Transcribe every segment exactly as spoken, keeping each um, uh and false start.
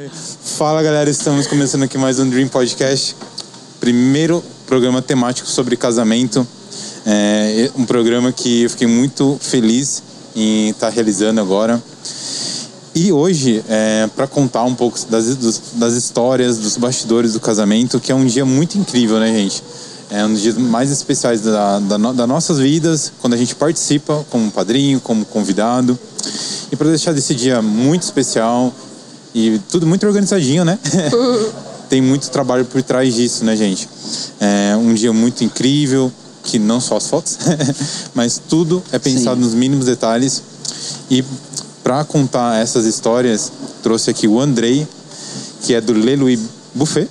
Fala galera, estamos começando aqui mais um Dream Podcast. Primeiro programa temático sobre casamento. É um programa que eu fiquei muito feliz em estar realizando agora. E hoje, é, para contar um pouco das, dos, das histórias, dos bastidores do casamento, que é um dia muito incrível, né, gente? É um dos dias mais especiais da, da, das nossas vidas, quando a gente participa como padrinho, como convidado. E para deixar desse dia muito especial e tudo muito organizadinho, né? Tem muito trabalho por trás disso, né, gente? É um dia muito incrível, que não só as fotos, mas tudo é pensado Sim. nos mínimos detalhes. E para contar essas histórias, trouxe aqui o Andrei, que é do Le Louis Buffet,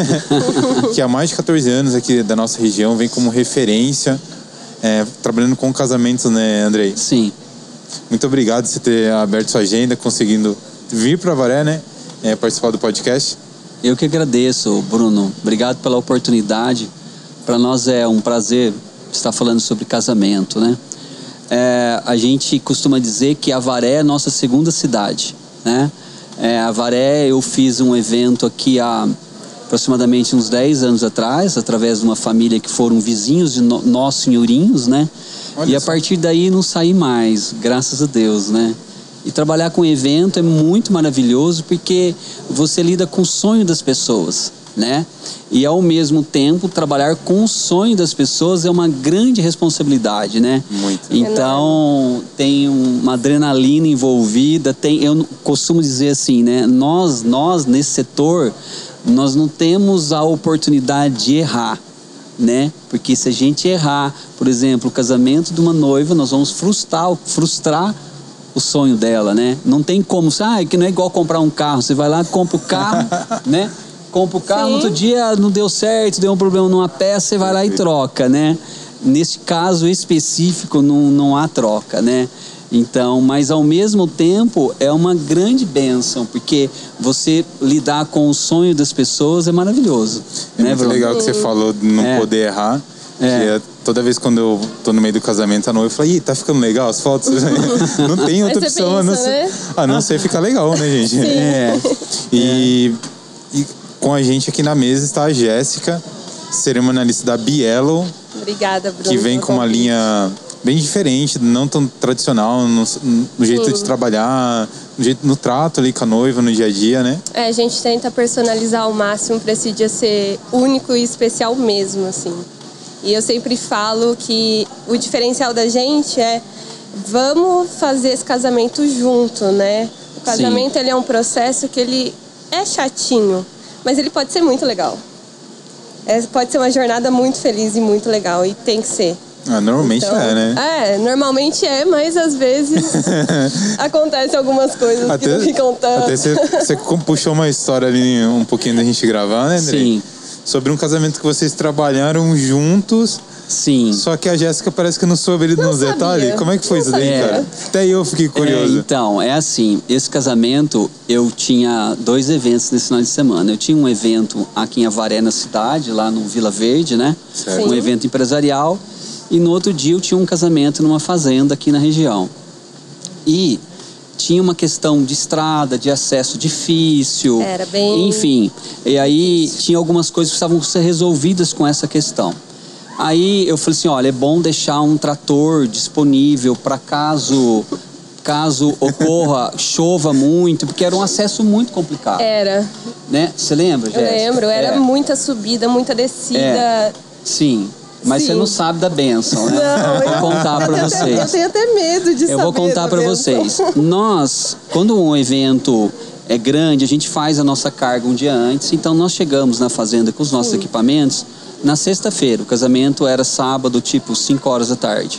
que há mais de catorze anos aqui da nossa região vem como referência, é, trabalhando com casamentos, né, Andrei? Sim. Muito obrigado por você ter aberto sua agenda, conseguindo vir para Avaré, né, é, participar do podcast. Eu que agradeço, Bruno. Obrigado pela oportunidade. Para nós é um prazer estar falando sobre casamento, né? É, a gente costuma dizer que Avaré é nossa segunda cidade, né? É, Avaré, eu fiz um evento aqui há aproximadamente uns dez anos atrás, através de uma família que foram vizinhos de no, nós senhorinhos, né? Olha e a só. Partir daí não saí mais, graças a Deus, né? E trabalhar com evento é muito maravilhoso porque você lida com o sonho das pessoas, né? E ao mesmo tempo trabalhar com o sonho das pessoas é uma grande responsabilidade, né? Muito. Então tem uma adrenalina envolvida, tem, eu costumo dizer assim, né? Nós, nós nesse setor, nós não temos a oportunidade de errar, né? Porque se a gente errar, por exemplo, o casamento de uma noiva, nós vamos frustrar, frustrar o sonho dela, né? Não tem como, ah, é que não é igual comprar um carro, você vai lá, compra o carro, né? Compra o carro, no outro dia não deu certo, deu um problema numa peça, você vai lá e troca, né? Nesse caso específico não, não há troca, né? Então, mas ao mesmo tempo é uma grande bênção, porque você lidar com o sonho das pessoas é maravilhoso. É né, muito Bruno? legal que você falou de não é. poder errar. É. Que é, toda vez quando eu tô no meio do casamento, a noiva fala, ih, tá ficando legal as fotos? Não tem outra Mas opção pensa, a não, né? ser, a não ser ficar legal, né, gente? Sim. É. E, é. e com a gente aqui na mesa está a Jéssica, cerimonialista da Bielo. Obrigada, Bruno. Que vem com uma linha bem diferente, não tão tradicional no, no jeito Sim. de trabalhar, no, jeito, no trato ali com a noiva, no dia a dia, né? É, a gente tenta personalizar ao máximo para esse dia ser único e especial mesmo, assim. E eu sempre falo que o diferencial da gente é vamos fazer esse casamento junto, né? O casamento ele é um processo que ele é chatinho, mas ele pode ser muito legal. É, pode ser uma jornada muito feliz e muito legal, e tem que ser. Ah, normalmente então, é, né? É, normalmente é, mas às vezes acontecem algumas coisas até, que não ficam tão... Até você, você puxou uma história ali um pouquinho da gente gravar, né, André? Sim. Sobre um casamento que vocês trabalharam juntos. Sim. Só que a Jéssica parece que não soube ali nos detalhes. Como é que foi não isso daí, sabia. cara? Até eu fiquei curioso. É, então, é assim, esse casamento, eu tinha dois eventos nesse final de semana. Eu tinha um evento aqui em Avaré, na cidade, lá no Vila Verde, né? Certo. Um evento empresarial. E no outro dia eu tinha um casamento numa fazenda aqui na região. E tinha uma questão de estrada, de acesso difícil. Era bem... Enfim, e aí tinha algumas coisas que precisavam ser resolvidas com essa questão. Aí eu falei assim, olha, é bom deixar um trator disponível para caso, caso ocorra, chova muito, porque era um acesso muito complicado. Era. Né? Você lembra, Jéssica? Eu lembro, era é. muita subida, muita descida. É. Sim. Mas Sim. você não sabe da bênção, né? Não, eu vou contar para vocês. Eu tenho até medo de eu saber. Eu vou contar para vocês. Nós, quando um evento é grande, a gente faz a nossa carga um dia antes. Então nós chegamos na fazenda com os nossos Sim. equipamentos na sexta-feira. O casamento era sábado, tipo cinco horas da tarde.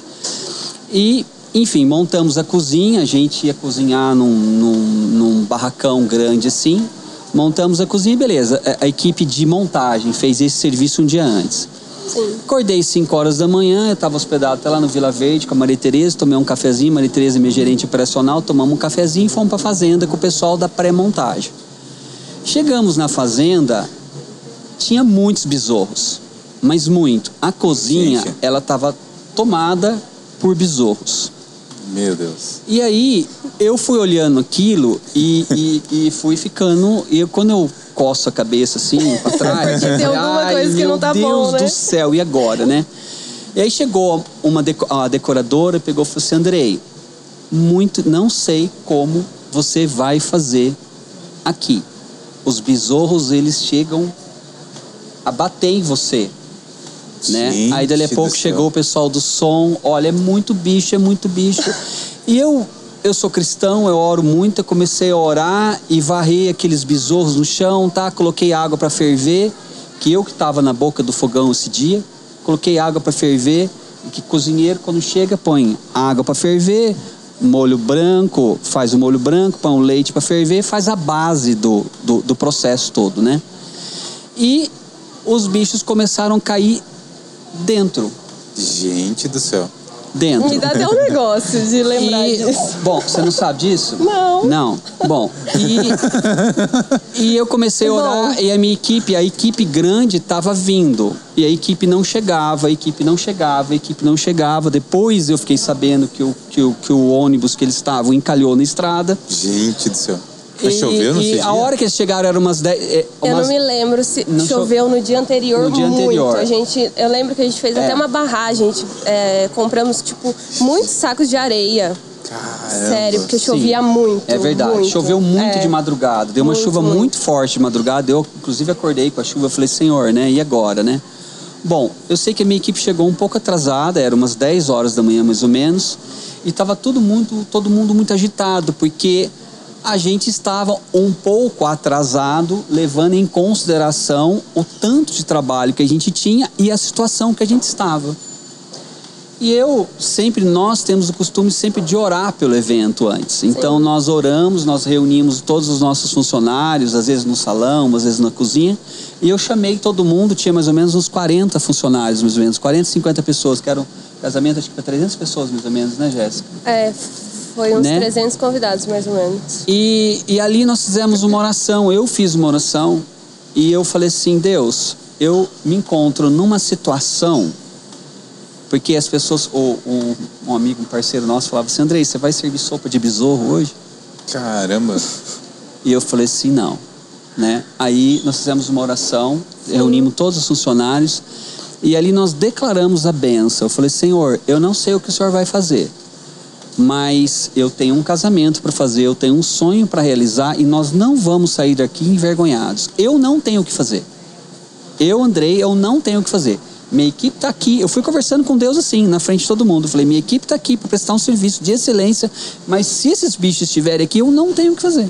E, enfim, montamos a cozinha. A gente ia cozinhar num, num, num barracão grande assim. Montamos a cozinha, beleza. A, a equipe de montagem fez esse serviço um dia antes. Sim. Acordei cinco horas da manhã, eu estava hospedado até lá no Vila Verde com a Maria Tereza, tomei um cafezinho, Maria Tereza, minha gerente operacional, tomamos um cafezinho e fomos para a fazenda com o pessoal da pré-montagem. Chegamos na fazenda, tinha muitos besorros, mas muito. A cozinha, sim, sim. ela estava tomada por besorros. Meu Deus. E aí, eu fui olhando aquilo e, e, e fui ficando... E eu, quando eu coço a cabeça assim, pra trás... Porque tem alguma ai, coisa que meu não tá Deus bom, né? do céu, e agora, né? E aí chegou uma deco a decoradora, pegou e falou assim, Andrei, muito, não sei como você vai fazer aqui. Os besouros, eles chegam a bater em você. Né? Gente Aí dali a pouco do chegou céu. o pessoal do som, olha, é muito bicho, é muito bicho. E eu, eu sou cristão, eu oro muito, eu comecei a orar e varrer aqueles besouros no chão, tá? Coloquei água para ferver, que eu que estava na boca do fogão esse dia, coloquei água para ferver, que cozinheiro quando chega põe água para ferver, molho branco, faz o molho branco, põe o leite para ferver, faz a base do, do, do processo todo, né? E os bichos começaram a cair dentro. Gente do céu. Dentro. Me dá até um negócio de lembrar E, disso. bom, você não sabe disso? Não. Não. Bom, e, e eu comecei a orar Bom. e a minha equipe, a equipe grande estava vindo. E a equipe não chegava, a equipe não chegava, a equipe não chegava. Depois eu fiquei sabendo que o, que o, que o ônibus que eles estavam encalhou na estrada. Gente do céu. Mas E, choveu no e dia? a hora que eles chegaram era umas dez... É, Eu umas... não me lembro se Não choveu no dia anterior No dia muito. anterior. A gente, eu lembro que a gente fez É. até uma barragem. A gente, é, compramos, tipo, muitos sacos de areia. Caramba. Sério, porque Sim, chovia muito. É verdade. muito. Choveu muito É. de madrugada. Deu uma Muito, chuva muito. muito. forte de madrugada. Eu, inclusive, acordei com a chuva. Falei, Senhor, né? E agora, né? Bom, eu sei que a minha equipe chegou um pouco atrasada. Era umas dez horas da manhã, mais ou menos. E estava todo mundo, todo mundo muito agitado, porque a gente estava um pouco atrasado, levando em consideração o tanto de trabalho que a gente tinha e a situação que a gente estava. E eu sempre, nós temos o costume sempre de orar pelo evento antes. Então nós oramos, nós reunimos todos os nossos funcionários, às vezes no salão, às vezes na cozinha. E eu chamei todo mundo, tinha mais ou menos uns quarenta funcionários, mais ou menos, quarenta, cinquenta pessoas, que eram casamento, acho que para trezentas pessoas, mais ou menos, né, Jéssica? É, foi uns Né? trezentos convidados, mais ou menos. E, e ali nós fizemos uma oração, eu fiz uma oração e eu falei assim, Deus, eu me encontro numa situação, porque as pessoas, o, um, um amigo, um parceiro nosso falava assim, Andrei, você vai servir sopa de besouro hoje? Caramba. E eu falei assim, não, né? Aí nós fizemos uma oração, reunimos todos os funcionários e ali nós declaramos a bênção. Eu falei, Senhor, eu não sei o que o Senhor vai fazer, mas eu tenho um casamento para fazer, eu tenho um sonho para realizar e nós não vamos sair daqui envergonhados. Eu não tenho o que fazer. Eu, Andrei, eu não tenho o que fazer. Minha equipe está aqui. Eu fui conversando com Deus assim, na frente de todo mundo. Eu falei, minha equipe está aqui para prestar um serviço de excelência, mas se esses bichos estiverem aqui, eu não tenho o que fazer.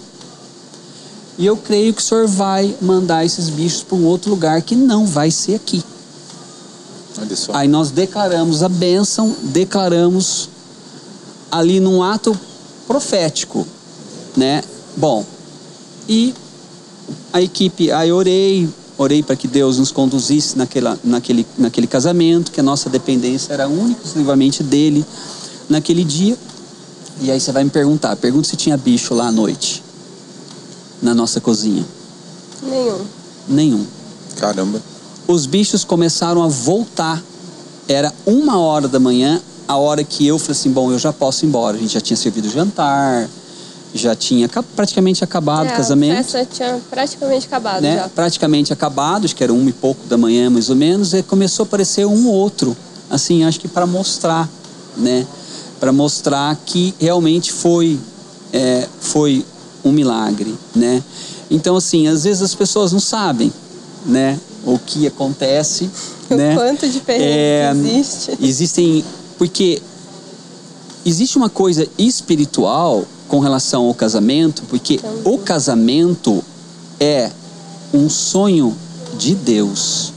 E eu creio que o Senhor vai mandar esses bichos para um outro lugar que não vai ser aqui. Olha só. Aí nós declaramos a bênção, declaramos ali num ato profético, né? Bom, e a equipe, aí eu orei, orei para que Deus nos conduzisse naquela, naquele, naquele casamento, que a nossa dependência era única e exclusivamente dele naquele dia. E aí você vai me perguntar, pergunta se tinha bicho lá à noite, na nossa cozinha. Nenhum. Nenhum. Caramba. Os bichos começaram a voltar. Era uma hora da manhã, a hora que eu falei assim, bom, eu já posso ir embora. A gente já tinha servido jantar, já tinha praticamente acabado É, o casamento. A festa tinha praticamente acabado Né? já. Praticamente acabado, acho que era uma e pouco da manhã, mais ou menos, e começou a aparecer um ou outro, assim, acho que para mostrar, né? Para mostrar que realmente foi, é, foi um milagre, né? Então, assim, às vezes as pessoas não sabem, né? O que acontece, O né? quanto de perrengue É, que existe. Existem, porque existe uma coisa espiritual com relação ao casamento, porque Também. o casamento é um sonho de Deus.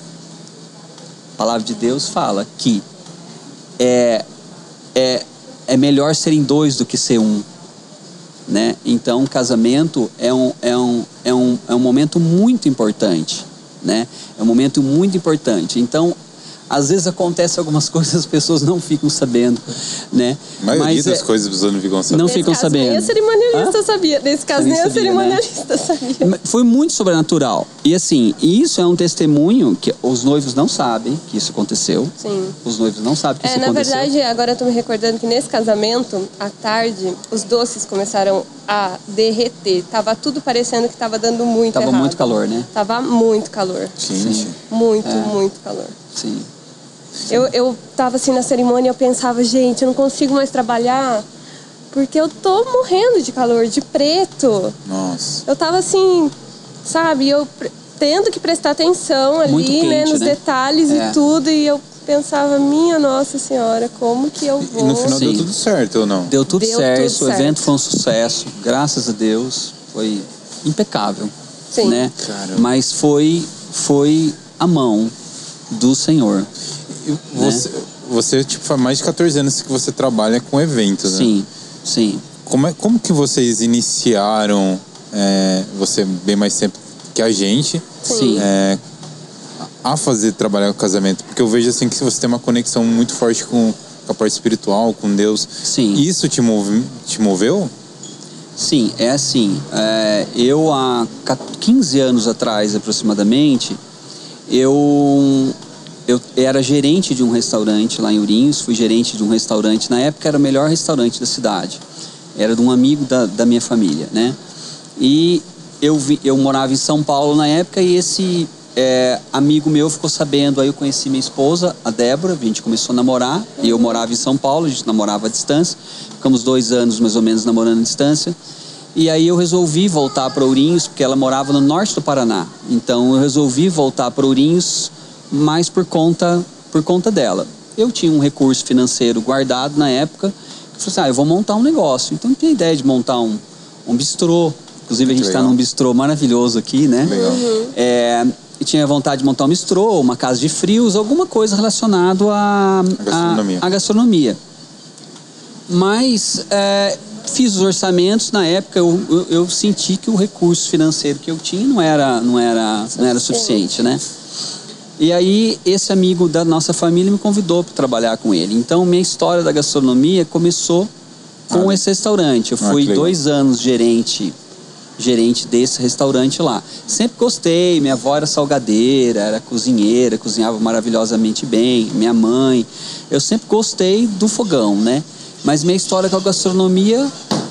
A palavra de Deus fala que é, é, é melhor serem dois do que ser um, né? Então, o casamento é um, é um, é um, é um momento muito importante, né? É um momento muito importante. Então, Às vezes acontece algumas coisas, as pessoas não ficam sabendo, né? A maioria Mas, das é, coisas as pessoas não ficam sabendo. Não Nesse ficam caso, sabendo. nem a cerimonialista Hã? sabia. Nesse caso, nem nem a sabia, cerimonialista né? sabia. Foi muito sobrenatural. E assim, isso é um testemunho que os noivos não sabem que isso aconteceu. Sim. Os noivos não sabem que É, isso na aconteceu. verdade, agora eu tô me recordando que nesse casamento, à tarde, os doces começaram a derreter. Tava tudo parecendo que tava dando muito Tava errado. muito calor, né? Tava muito calor. Gente. Muito, É. muito calor. Sim. Eu, eu tava assim na cerimônia, eu pensava, gente, eu não consigo mais trabalhar porque eu tô morrendo de calor, de preto. Nossa. Eu tava assim, sabe, eu pre- tendo que prestar atenção ali, Muito né, quente, nos né? detalhes É. e tudo, e eu pensava, minha Nossa Senhora, como que eu E vou... no final deu Sim. tudo certo ou não? Deu tudo Deu certo, tudo o certo. evento foi um sucesso, graças a Deus, foi impecável, Sim. né? Caramba. Mas foi, foi a mão do Senhor. E você, você, tipo, faz mais de quatorze anos que você trabalha com eventos, né? Sim, sim. Como, é, como que vocês iniciaram, é, você bem mais tempo que a gente, Sim. é, a fazer trabalhar com casamento? Porque eu vejo assim que você tem uma conexão muito forte com, com a parte espiritual, com Deus. Sim. Isso te, move, te moveu? Sim, é assim. É, eu, há quinze anos atrás, aproximadamente, eu, eu era gerente de um restaurante lá em Ourinhos. Fui gerente de um restaurante. Na época, era o melhor restaurante da cidade. Era de um amigo da, da minha família, né? E eu, vi, eu morava em São Paulo na época e esse é, amigo meu ficou sabendo. Aí eu conheci minha esposa, a Débora, a gente começou a namorar. E eu morava em São Paulo, a gente namorava à distância. Ficamos dois anos mais ou menos namorando à distância. E aí eu resolvi voltar para Ourinhos, porque ela morava no norte do Paraná. Então eu resolvi voltar para Ourinhos, mais por conta, por conta dela. Eu tinha um recurso financeiro guardado na época. Eu falei assim, ah, eu vou montar um negócio. Então eu tinha a ideia de montar um, um bistrô. Inclusive a gente está num bistrô maravilhoso aqui, né? Legal. É, e tinha vontade de montar um bistrô, uma casa de frios, alguma coisa relacionada à gastronomia. à- à gastronomia. Mas é, fiz os orçamentos, na época eu, eu, eu senti que o recurso financeiro que eu tinha não era, não era, não era suficiente, né? E aí esse amigo da nossa família me convidou para trabalhar com ele. Então minha história da gastronomia começou com Ah. esse restaurante. Eu Ah, fui que legal. dois anos gerente gerente desse restaurante lá. Sempre gostei, minha avó era salgadeira, era cozinheira, cozinhava maravilhosamente bem, minha mãe. Eu sempre gostei do fogão, né? Mas minha história com a gastronomia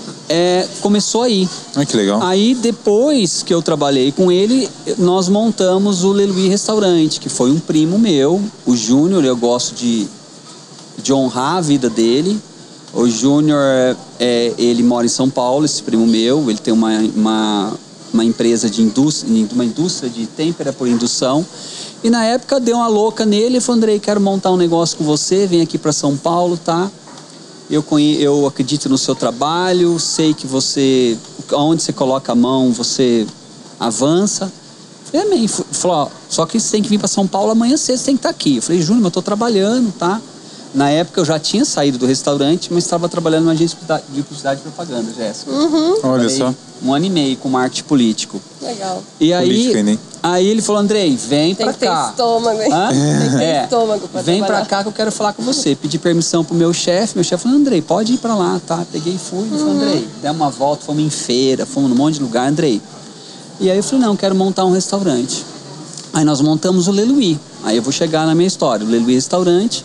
é, começou aí. Ah, que legal. Aí, depois que eu trabalhei com ele, nós montamos o Leluí Restaurante, que foi um primo meu, o Júnior. Eu gosto de, de honrar a vida dele. O Júnior, é, ele mora em São Paulo, esse primo meu. Ele tem uma, uma, uma empresa de indústria, uma indústria de têmpera por indução. E na época deu uma louca nele e falou, Andrei, quero montar um negócio com você, vem aqui para São Paulo, tá? Eu, conhe... eu acredito no seu trabalho, sei que você, onde você coloca a mão, você avança. Eu também falou, ó, só que você tem que vir para São Paulo amanhã cedo, você tem que estar aqui. Eu falei, Júnior, mas eu estou trabalhando, tá? Na época eu já tinha saído do restaurante, mas estava trabalhando numa agência de publicidade e propaganda, Jéssica. Uhum. Olha Trabalhei só. Um ano e meio com marketing político. Legal. E aí, Política, hein? aí ele falou, Andrei, vem Tem pra que ter cá. estômago, hein? Hã? Tem que ter É. estômago pra Vem pra trabalhar. cá que eu quero falar com você. Pedi permissão pro meu chefe. Meu chefe falou, Andrei, pode ir pra lá, tá? Peguei e fui. Ele falou, Andrei, demos uma volta, fomos em feira, fomos num monte de lugar, Andrei. E aí eu falei, não, quero montar um restaurante. Aí nós montamos o Leluí. Aí eu vou chegar na minha história. O Leluí Restaurante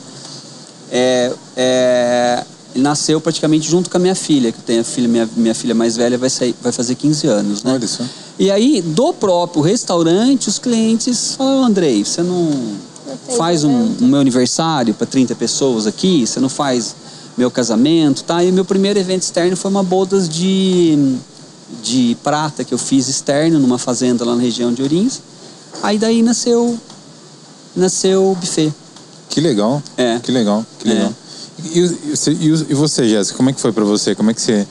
é, é, ele nasceu praticamente junto com a minha filha, que eu tenho a filha, minha, minha filha mais velha vai, sair, vai fazer quinze anos, né? Olha só. E aí, do próprio restaurante, os clientes falaram, Andrei, você não tem faz um, evento. um meu aniversário para trinta pessoas aqui? Você não faz meu casamento, tá? E meu primeiro evento externo foi uma bodas de, de prata que eu fiz externo numa fazenda lá na região de Ourinhos. Aí daí nasceu, nasceu o buffet. Que legal. É. Que legal. Que É. legal. E, e, você- e o- e você, Jéssica, como é que foi pra você? Como é que você,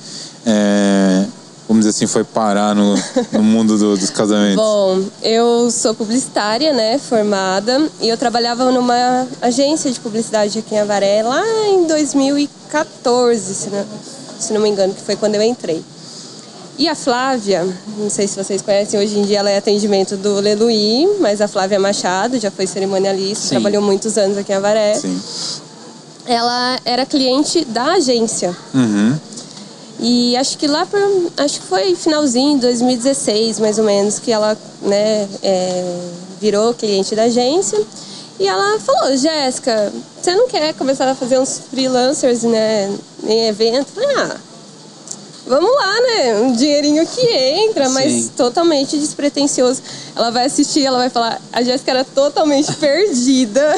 é, vamos dizer assim, foi parar no, no mundo do- dos casamentos? Bom, eu sou publicitária, né, formada, e eu trabalhava numa agência de publicidade aqui em Avaré, lá em dois mil e quatorze, se não, se não me engano, que foi quando eu entrei. E a Flávia, não sei se vocês conhecem, hoje em dia ela é atendimento do Leluí, mas a Flávia Machado já foi cerimonialista, Sim. trabalhou muitos anos aqui em Avaré. Sim. Ela era cliente da agência. Uhum. E acho que lá, por, acho que foi finalzinho de dois mil e dezesseis, mais ou menos, que ela, né, é, virou cliente da agência. E ela falou, Jéssica, você não quer começar a fazer uns freelancers, né, em evento? Eu falei, ah, vamos lá, né? Um dinheirinho que entra, Sim. mas totalmente despretensioso. Ela vai assistir, ela vai falar, a Jéssica era totalmente perdida.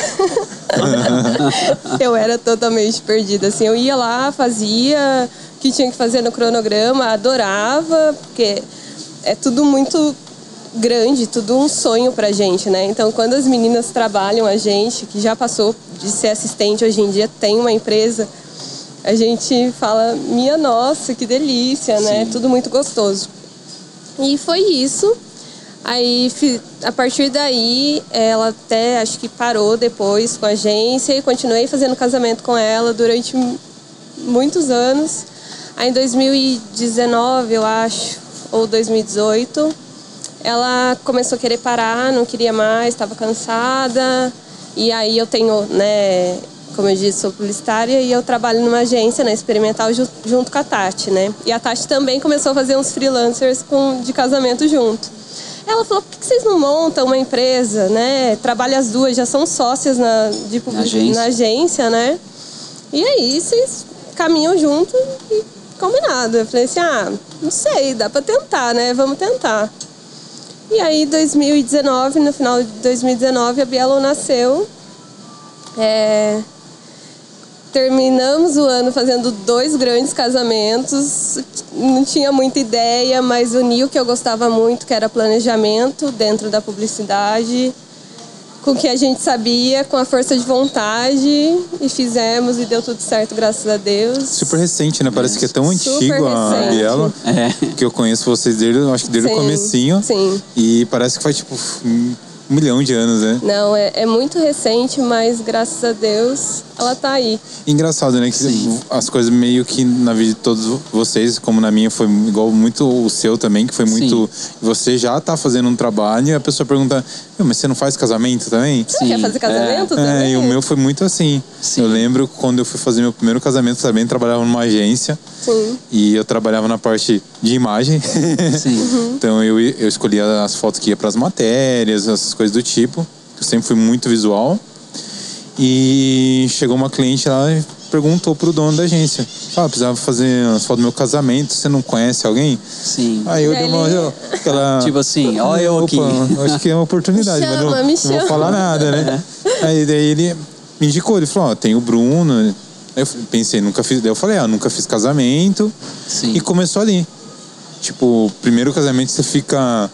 Eu era totalmente perdida, assim, eu ia lá, fazia o que tinha que fazer no cronograma, adorava, porque é tudo muito grande, tudo um sonho pra gente, né? Então, quando as meninas trabalham, a gente, que já passou de ser assistente, hoje em dia tem uma empresa, a gente fala, minha nossa, que delícia, Sim. né? Tudo muito gostoso. E foi isso. Aí, a partir daí, ela até, acho que parou depois com a agência e continuei fazendo casamento com ela durante muitos anos. Aí, em dois mil e dezenove, eu acho, ou dois mil e dezoito, ela começou a querer parar, não queria mais, estava cansada. E aí, eu tenho, né... Como eu disse, sou publicitária e eu trabalho numa agência, né, experimental, junto com a Tati, né? E a Tati também começou a fazer uns freelancers com, de casamento junto. Ela falou, por que vocês não montam uma empresa, né? Trabalham as duas, já são sócias na, de public... agência. na agência, né? E aí, vocês caminham junto e combinado. Eu falei assim, ah, não sei, dá pra tentar, né? Vamos tentar. E aí, dois mil e dezenove, no final de dois mil e dezenove, a Bielo nasceu. É... Terminamos o ano fazendo dois grandes casamentos, não tinha muita ideia, mas uniu o que eu gostava muito, que era planejamento dentro da publicidade, com o que a gente sabia, com a força de vontade, e fizemos e deu tudo certo, graças a Deus. Super recente, né? Parece que é tão Super antigo a recente. Bielo, é. que eu conheço vocês desde, acho que desde sim, o comecinho, sim. e parece que faz tipo... Um milhão de anos, né? Não, é, é muito recente, mas graças a Deus ela tá aí. Engraçado, né? Que Sim. as coisas meio que na vida de todos vocês, como na minha, foi igual muito o seu também, que foi muito... Sim. Você já tá fazendo um trabalho e a pessoa pergunta, mas você não faz casamento também? Você quer fazer casamento é. também? É, e o meu foi muito assim. Sim. Eu lembro quando eu fui fazer meu primeiro casamento, também trabalhava numa agência. Sim. E eu trabalhava na parte de imagem. Sim. Uhum. Então eu, eu escolhia as fotos que ia pras matérias, essas coisas do tipo. Eu sempre fui muito visual. E chegou uma cliente lá e perguntou pro dono da agência. Ah, precisava fazer as fotos do meu casamento, você não conhece alguém? Sim. Aí eu dei uma... Eu, aquela... Tipo assim, ó eu aqui. Opa, acho que é uma oportunidade, me chama, mas não, me não chama. vou falar nada, né? É. Aí daí ele me indicou, ele falou, ó, tem o Bruno. Aí eu pensei, nunca fiz... Daí eu falei, ah, nunca fiz casamento. Sim. E começou ali. Tipo, primeiro casamento você fica...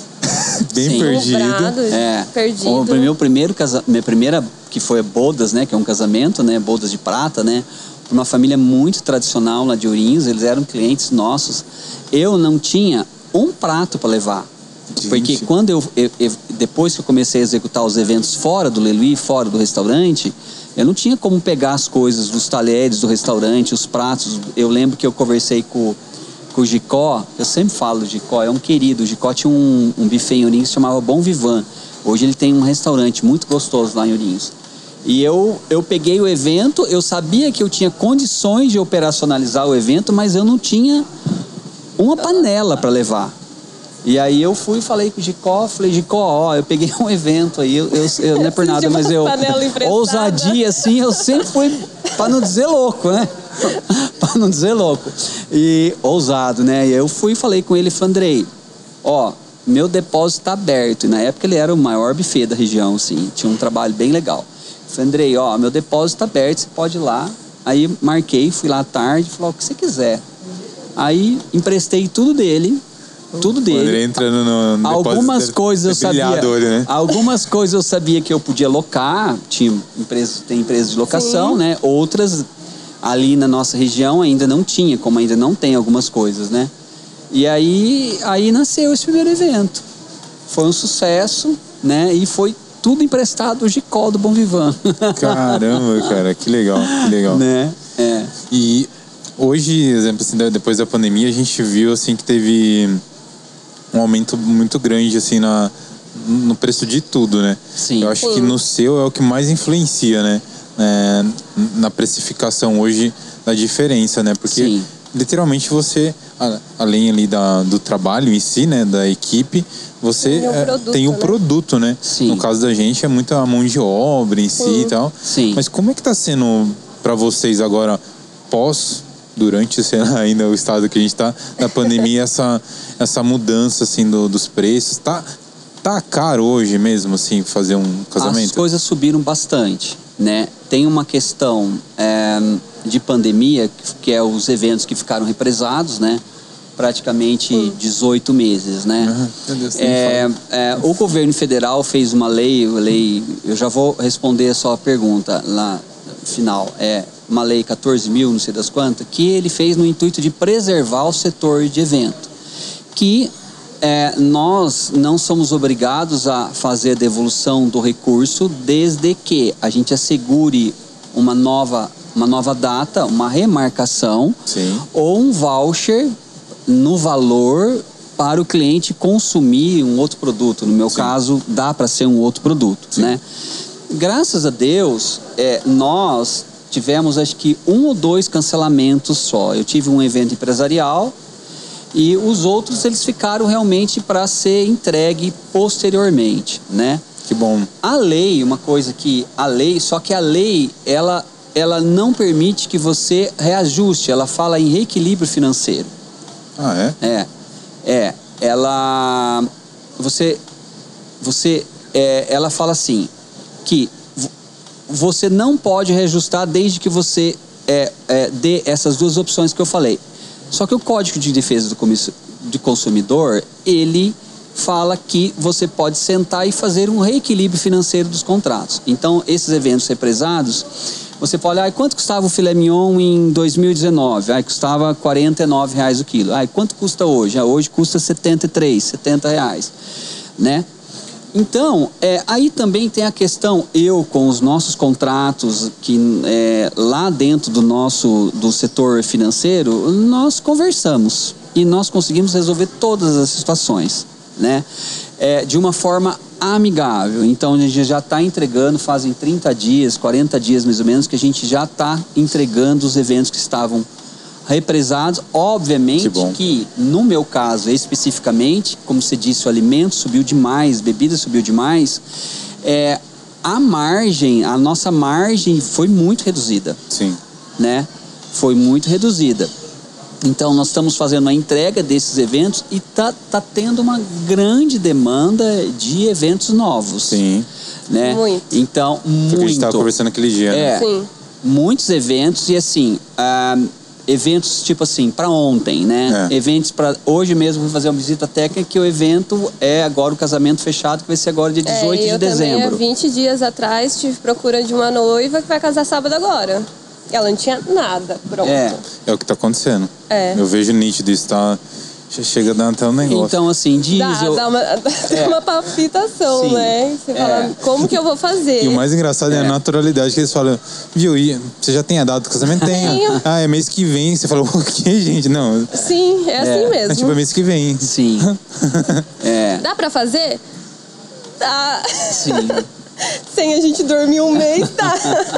bem Sim. perdido. Cobrado, é. perdido. O meu primeiro casa... minha primeira, que foi bodas, né? Que é um casamento, né? Bodas de prata, né? Uma família muito tradicional lá de Ourinhos, eles eram clientes nossos. Eu não tinha um prato para levar. Gente. Porque quando eu, eu, eu... Depois que eu comecei a executar os eventos fora do Leluí, fora do restaurante, eu não tinha como pegar as coisas dos talheres do restaurante, os pratos. Eu lembro que eu conversei com... com o Gicó, eu sempre falo do Gicó, é um querido. O Gicó tinha um, um buffet em Ourinhos que se chamava Bom Vivan. Hoje ele tem um restaurante muito gostoso lá em Ourinhos. E eu, eu peguei o evento, eu sabia que eu tinha condições de operacionalizar o evento, mas eu não tinha uma panela para levar. E aí eu fui e falei com o Gicó, falei, Gicó, ó, eu peguei um evento aí, eu, eu, eu não é por nada, mas eu... ousadia, assim, eu sempre fui, para não dizer louco, né? Para não dizer louco. E ousado, né? E eu fui e falei com ele, falei, Andrei, ó, meu depósito tá aberto. E na época ele era o maior buffet da região, assim, tinha um trabalho bem legal. Eu falei, Andrei, ó, meu depósito tá aberto, você pode ir lá. Aí marquei, fui lá à tarde, falei, ó, o que você quiser. Aí emprestei tudo dele, tudo dele. Andrei entrando no, no algumas ter, coisas eu sabia, olho, né? algumas coisas eu sabia que eu podia locar, tinha empresa, tem empresa de locação, Sim. né? Outras ali na nossa região ainda não tinha, como ainda não tem algumas coisas, né? E aí, aí nasceu esse primeiro evento. Foi um sucesso, né? E foi tudo emprestado do Gicó do Bom Vivan. Caramba, cara, que legal, que legal. Né? É. E hoje, exemplo, assim, depois da pandemia, a gente viu assim que teve um aumento muito grande assim na no preço de tudo, né? Sim. Eu acho Sim. que no seu é o que mais influencia, né? É, na precificação hoje da diferença, né? Porque Sim. literalmente você, além ali da, do trabalho em si, né? Da equipe, você Tem o é, produto, tem o né? produto, né? Sim. No caso da gente é muita mão de obra em si Sim. e tal. Sim. Mas como é que tá sendo para vocês agora, pós, durante, sei lá, ainda o estado que a gente tá, da pandemia, essa, essa mudança, assim, do, dos preços? Tá, tá caro hoje mesmo, assim, fazer um casamento? As coisas subiram bastante, né? Tem uma questão é, de pandemia, que é os eventos que ficaram represados, né? Praticamente Hum. dezoito meses, né? Uhum. Meu Deus, nem É, fala. é, o governo federal fez uma lei, lei, eu já vou responder a sua pergunta lá no final, é uma lei quatorze mil, não sei das quantas, que ele fez no intuito de preservar o setor de evento, que é, nós não somos obrigados a fazer a devolução do recurso desde que a gente assegure uma nova, uma nova data, uma remarcação, Sim. ou um voucher no valor para o cliente consumir um outro produto. No meu Sim. caso, dá para ser um outro produto, Sim. né? Graças a Deus, é, nós tivemos acho que um ou dois cancelamentos só. Eu tive um evento empresarial e os outros eles ficaram realmente para ser entregue posteriormente, né? Que bom. A lei, uma coisa que a lei, só que a lei, ela, ela não permite que você reajuste, ela fala em reequilíbrio financeiro. Ah, é? É, é, ela, você, você, é, ela fala assim, que vo- você não pode reajustar desde que você é, é, dê essas duas opções que eu falei. Só que o Código de Defesa do Comis- do Consumidor, ele fala que você pode sentar e fazer um reequilíbrio financeiro dos contratos. Então, esses eventos represados, você pode olhar, ah, quanto custava o filé mignon em dois mil e dezenove? Ah, custava quarenta e nove reais o quilo. Ah, quanto custa hoje? Ah, hoje custa setenta e três, setenta reais, né? Então, é, aí também tem a questão, eu com os nossos contratos, que é, lá dentro do nosso do setor financeiro, nós conversamos e nós conseguimos resolver todas as situações, né? É, de uma forma amigável. Então, a gente já está entregando, fazem trinta dias, quarenta dias mais ou menos, que a gente já está entregando os eventos que estavam represados. Obviamente Que bom. que, no meu caso especificamente, como você disse, o alimento subiu demais, bebida subiu demais, é, a margem, a nossa margem foi muito reduzida, Sim. né? Foi muito reduzida. Então, nós estamos fazendo a entrega desses eventos e tá, tá tendo uma grande demanda de eventos novos. Sim. Né? Muito. Então, Foi o que a gente estava muito. conversando aquele dia, né? É, Sim. muitos eventos e assim, ah, eventos tipo assim, para ontem, né? É. Eventos para hoje mesmo, vou fazer uma visita técnica que o evento é agora o casamento fechado, que vai ser agora dia dezoito é, de eu dezembro. também, há vinte dias atrás, tive procura de uma noiva que vai casar sábado agora. Ela não tinha nada pronto. É. É o que tá acontecendo. É. Eu vejo nítido isso, tá? Chega a dar até um negócio. Então, assim, diz... Dá, eu- dá uma, dá uma palpitação, Sim. né? Você fala, É. como que eu vou fazer? E o mais engraçado é, É. a naturalidade que eles falam, viu, e você já tem a data do casamento? Tenho. Tenho. Ah, é mês que vem. Você falou, o quê, gente? Não, Sim, é assim É. mesmo. é tipo é mês que vem. Sim. É, Dá pra fazer? Dá. sim. Sem a gente dormir um mês, dá.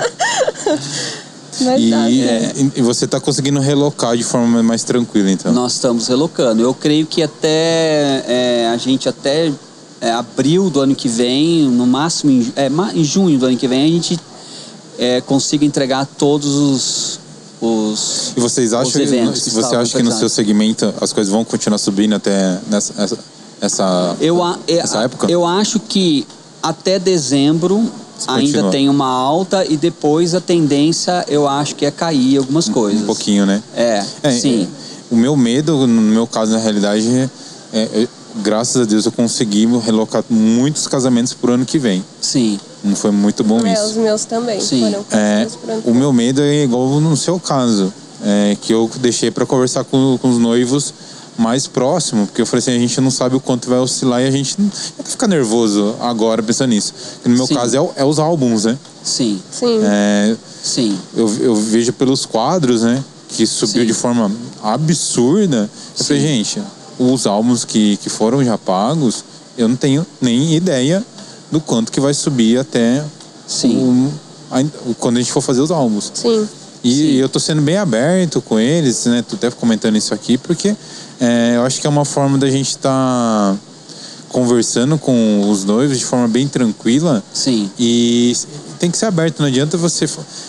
Mas E, dá, sim. é, e você tá conseguindo relocar de forma mais tranquila, então. Nós estamos relocando. Eu creio que até é, a gente até é, abril do ano que vem, no máximo em, é, ma- em junho do ano que vem, a gente é, consiga entregar todos os, os E vocês acham, os eventos que, que você estavam acha que no seu represados. segmento as coisas vão continuar subindo até nessa, essa, essa, Eu, a- é, essa época? eu acho que até dezembro ainda continua. tem uma alta e depois a tendência eu acho que é cair algumas coisas. Um pouquinho, né? É, É, sim. é, o meu medo, no meu caso, na realidade, é, é, graças a Deus eu consegui relocar muitos casamentos pro ano que vem. Sim. Não foi muito bom É, isso. os meus também. Sim. Foram É, casados por ano. o meu medo é igual no seu caso, é, que eu deixei para conversar com, com os noivos mais próximo, porque eu falei assim, a gente não sabe o quanto vai oscilar e a gente não vai ficar nervoso agora pensando nisso. Porque no meu Sim. caso é, o- é os álbuns, né? Sim. Sim. É, Sim. eu, eu vejo pelos quadros, né? que subiu Sim. de forma absurda. Eu Sim. falei, gente, os álbuns que, que foram já pagos, eu não tenho nem ideia do quanto que vai subir até Sim. o, a, quando a gente for fazer os álbuns. Sim. E, Sim. e eu tô sendo bem aberto com eles, né? Tô até comentando isso aqui, porque é, eu acho que é uma forma da gente estar tá conversando com os noivos de forma bem tranquila. Sim. E tem que ser aberto, não adianta você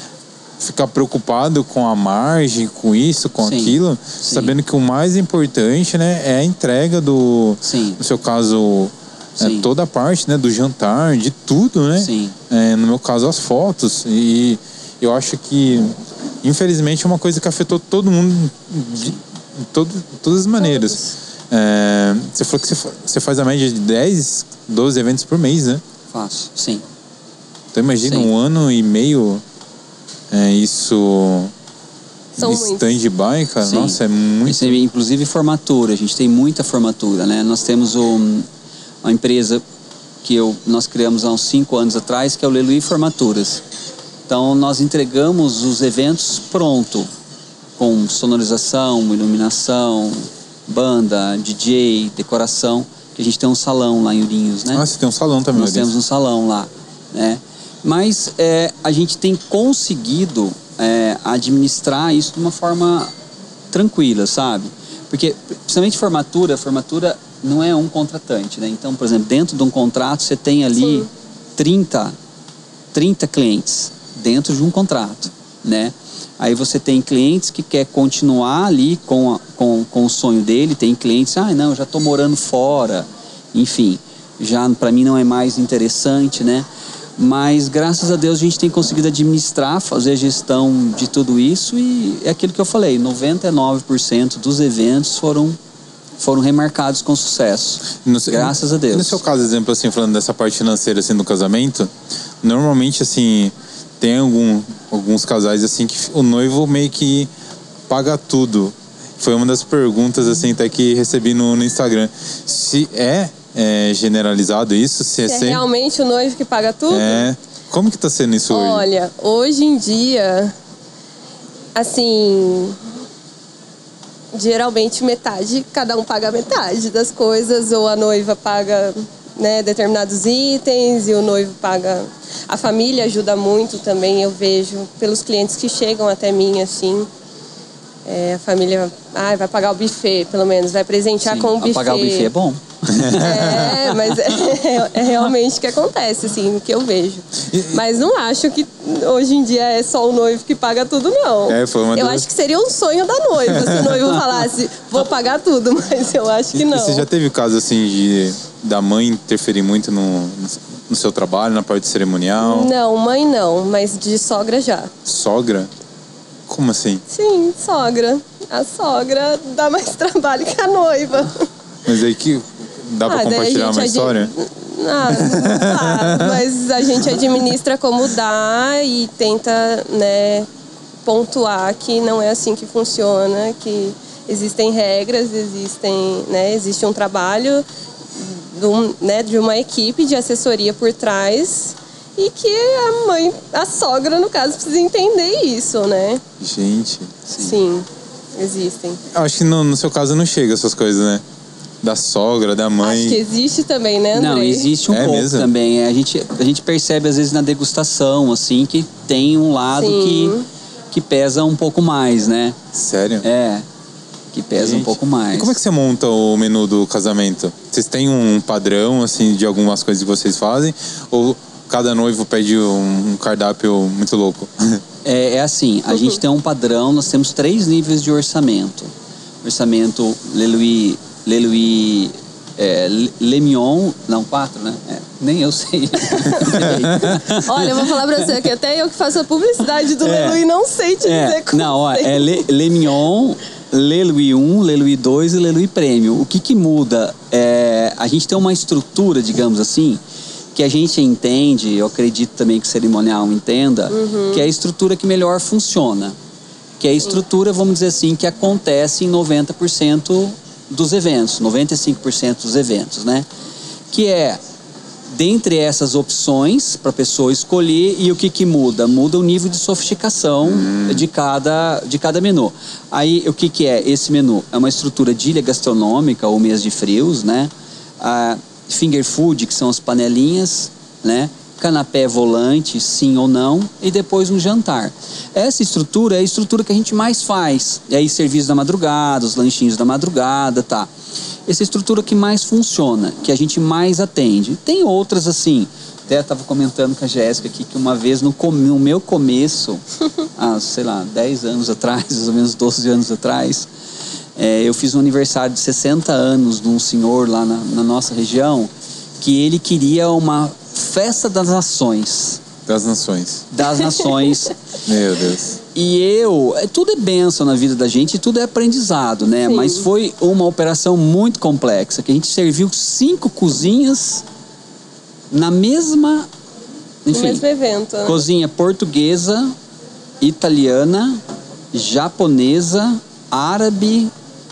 ficar preocupado com a margem, com isso, com Sim. aquilo, Sim. sabendo que o mais importante, né, é a entrega do, Sim. no seu caso, é, Sim. toda a parte, né, do jantar, de tudo, né? Sim. É, no meu caso, as fotos. E eu acho que, infelizmente, é uma coisa que afetou todo mundo de, de todo, todas as maneiras. É, você falou que você, você faz a média de dez, doze eventos por mês, né? Faço, sim. Então imagina Sim. um ano e meio é, isso São stand-by, cara. Sim. Nossa, é muito. Isso é, inclusive formatura, a gente tem muita formatura, né? Nós temos um, uma empresa que eu, nós criamos há uns cinco anos atrás, que é o Leluí Formaturas. Então nós entregamos os eventos pronto, com sonorização, iluminação, banda, D J, decoração, que a gente tem um salão lá em Ourinhos, né? Ah, você tem um salão também. Nós temos um salão lá, né? Mas é, a gente tem conseguido é, administrar isso de uma forma tranquila, sabe? Porque, principalmente formatura, formatura não é um contratante, né? Então, por exemplo, dentro de um contrato você tem ali trinta, trinta clientes dentro de um contrato, né? Aí você tem clientes que quer continuar ali com, a, com, com o sonho dele, tem clientes, ah, não, eu já estou morando fora, enfim, já para mim não é mais interessante, né? Mas graças a Deus a gente tem conseguido administrar, fazer a gestão de tudo isso e é aquilo que eu falei, noventa e nove por cento dos eventos foram, foram remarcados com sucesso, No seu, graças a Deus. No seu caso, exemplo, assim, falando dessa parte financeira assim, do casamento, normalmente, assim, tem algum, alguns casais assim que o noivo meio que paga tudo. Foi uma das perguntas assim até que recebi no, no Instagram. Se é, é generalizado isso? Se, Se é, é sempre... realmente o noivo que paga tudo? É. Como que tá sendo isso hoje? Olha, hoje em dia, assim, geralmente metade, cada um paga metade das coisas, ou a noiva paga, né, determinados itens e o noivo paga. A família ajuda muito também, eu vejo, pelos clientes que chegam até mim, assim. É, a família ah, vai pagar o buffet, pelo menos, vai presentear Sim, com o buffet. pagar o buffet é bom. É, mas é, é realmente o que acontece, assim, o que eu vejo. Mas não acho que hoje em dia é só o noivo que paga tudo, não. É, foi uma eu das... acho que seria um sonho da noiva se o noivo falasse, vou pagar tudo, mas eu acho que não. E você já teve caso assim de da mãe interferir muito no, no seu trabalho, na parte cerimonial? Não, mãe não, mas de sogra já. Sogra? Como assim? Sim, sogra. A sogra dá mais trabalho que a noiva. Mas aí que dá pra Ah, daí a compartilhar gente uma ad- história? Ah, não dá, mas a gente administra como dá e tenta, né, pontuar que não é assim que funciona, que existem regras, existem, né, existe um trabalho de, um, né, de uma equipe de assessoria por trás e que a mãe, a sogra, no caso, precisa entender isso, né? Gente. Sim, Sim existem. Eu acho que no, no seu caso não chega essas coisas, né? Da sogra, da mãe. Acho que existe também, né, Andrei? Não, existe um É pouco mesmo? também. A gente, a gente percebe, às vezes, na degustação, assim, que tem um lado que, que pesa um pouco mais, né? Sério? É, que pesa Gente. um pouco mais. E como é que você monta o menu do casamento? Vocês têm um padrão, assim, de algumas coisas que vocês fazem? Ou cada noivo pede um, um cardápio muito louco? É, é assim, a Uhum. gente tem um padrão, nós temos três níveis de orçamento. Orçamento Leluí, Leluí é, Le Mignon, não, quatro, né? É, nem eu sei. Olha, eu vou falar pra você que até eu que faço a publicidade do É. Leluí não sei te É, dizer como. não, ó, é Le, Le Mignon, Leluí um, Leluí dois e Leluí Premium. O que que muda? É, a gente tem uma estrutura, digamos assim, que a gente entende, eu acredito também que o cerimonial entenda, Uhum. que é a estrutura que melhor funciona. Que é a estrutura, vamos dizer assim, que acontece em noventa por cento dos eventos, noventa e cinco por cento dos eventos, né? Que é dentre essas opções para a pessoa escolher, e o que que muda? Muda o nível de sofisticação hum. de, cada, de cada menu. Aí, o que que é esse menu? É uma estrutura de ilha gastronômica ou mesa de frios, né? A finger food, que são as panelinhas, né? Canapé volante, sim ou não, e depois um jantar. Essa estrutura é a estrutura que a gente mais faz. E aí, serviços da madrugada, os lanchinhos da madrugada, tá? Essa estrutura que mais funciona, que a gente mais atende. Tem outras assim, até estava comentando com a Jéssica aqui, que uma vez no, com, no meu começo, há, sei lá, dez anos atrás, mais ou menos doze anos atrás, é, eu fiz um aniversário de sessenta anos de um senhor lá na, na nossa região, que ele queria uma festa das nações. Das nações. Das nações. Meu Deus. E eu, tudo é bênção na vida da gente, tudo é aprendizado, né? Sim. Mas foi uma operação muito complexa, que a gente serviu cinco cozinhas na mesma, enfim, no mesmo evento, né? Cozinha portuguesa, italiana, japonesa, árabe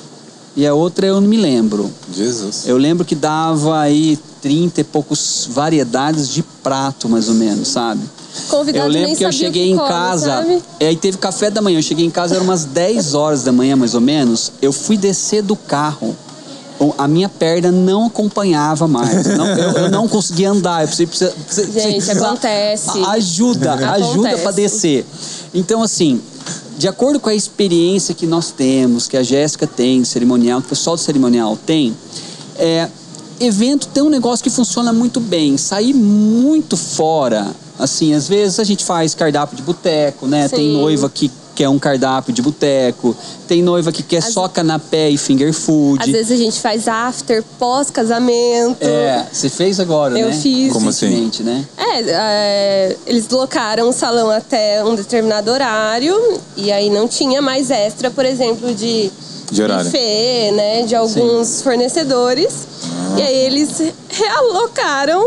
e a outra eu não me lembro. Jesus. Eu lembro que dava aí trinta e poucos variedades de prato, mais ou menos, sabe? Convidado eu lembro nem que eu cheguei que em come, casa, sabe? aí teve café da manhã, eu cheguei em casa, eram umas dez horas da manhã, mais ou menos, eu fui descer do carro, a minha perna não acompanhava mais, não, eu, eu não conseguia andar, eu precisava, precisava, Gente, precisava, acontece. Ajuda, ajuda para descer. Então, assim, de acordo com a experiência que nós temos, que a Jéssica tem, cerimonial, que o pessoal do cerimonial tem, é, evento tem um negócio que funciona muito bem, sair muito fora. Assim, às vezes a gente faz cardápio de boteco, né? Sim. Tem noiva que quer um cardápio de boteco, tem noiva que quer Às... só canapé e finger food. Às vezes a gente faz after, pós-casamento. É, você fez agora, Eu né? Eu fiz. Como assim? Né? É, é, eles locaram o salão até um determinado horário e aí não tinha mais extra, por exemplo, de, de horário. buffet, né? De alguns Sim. fornecedores. Ah. E aí eles realocaram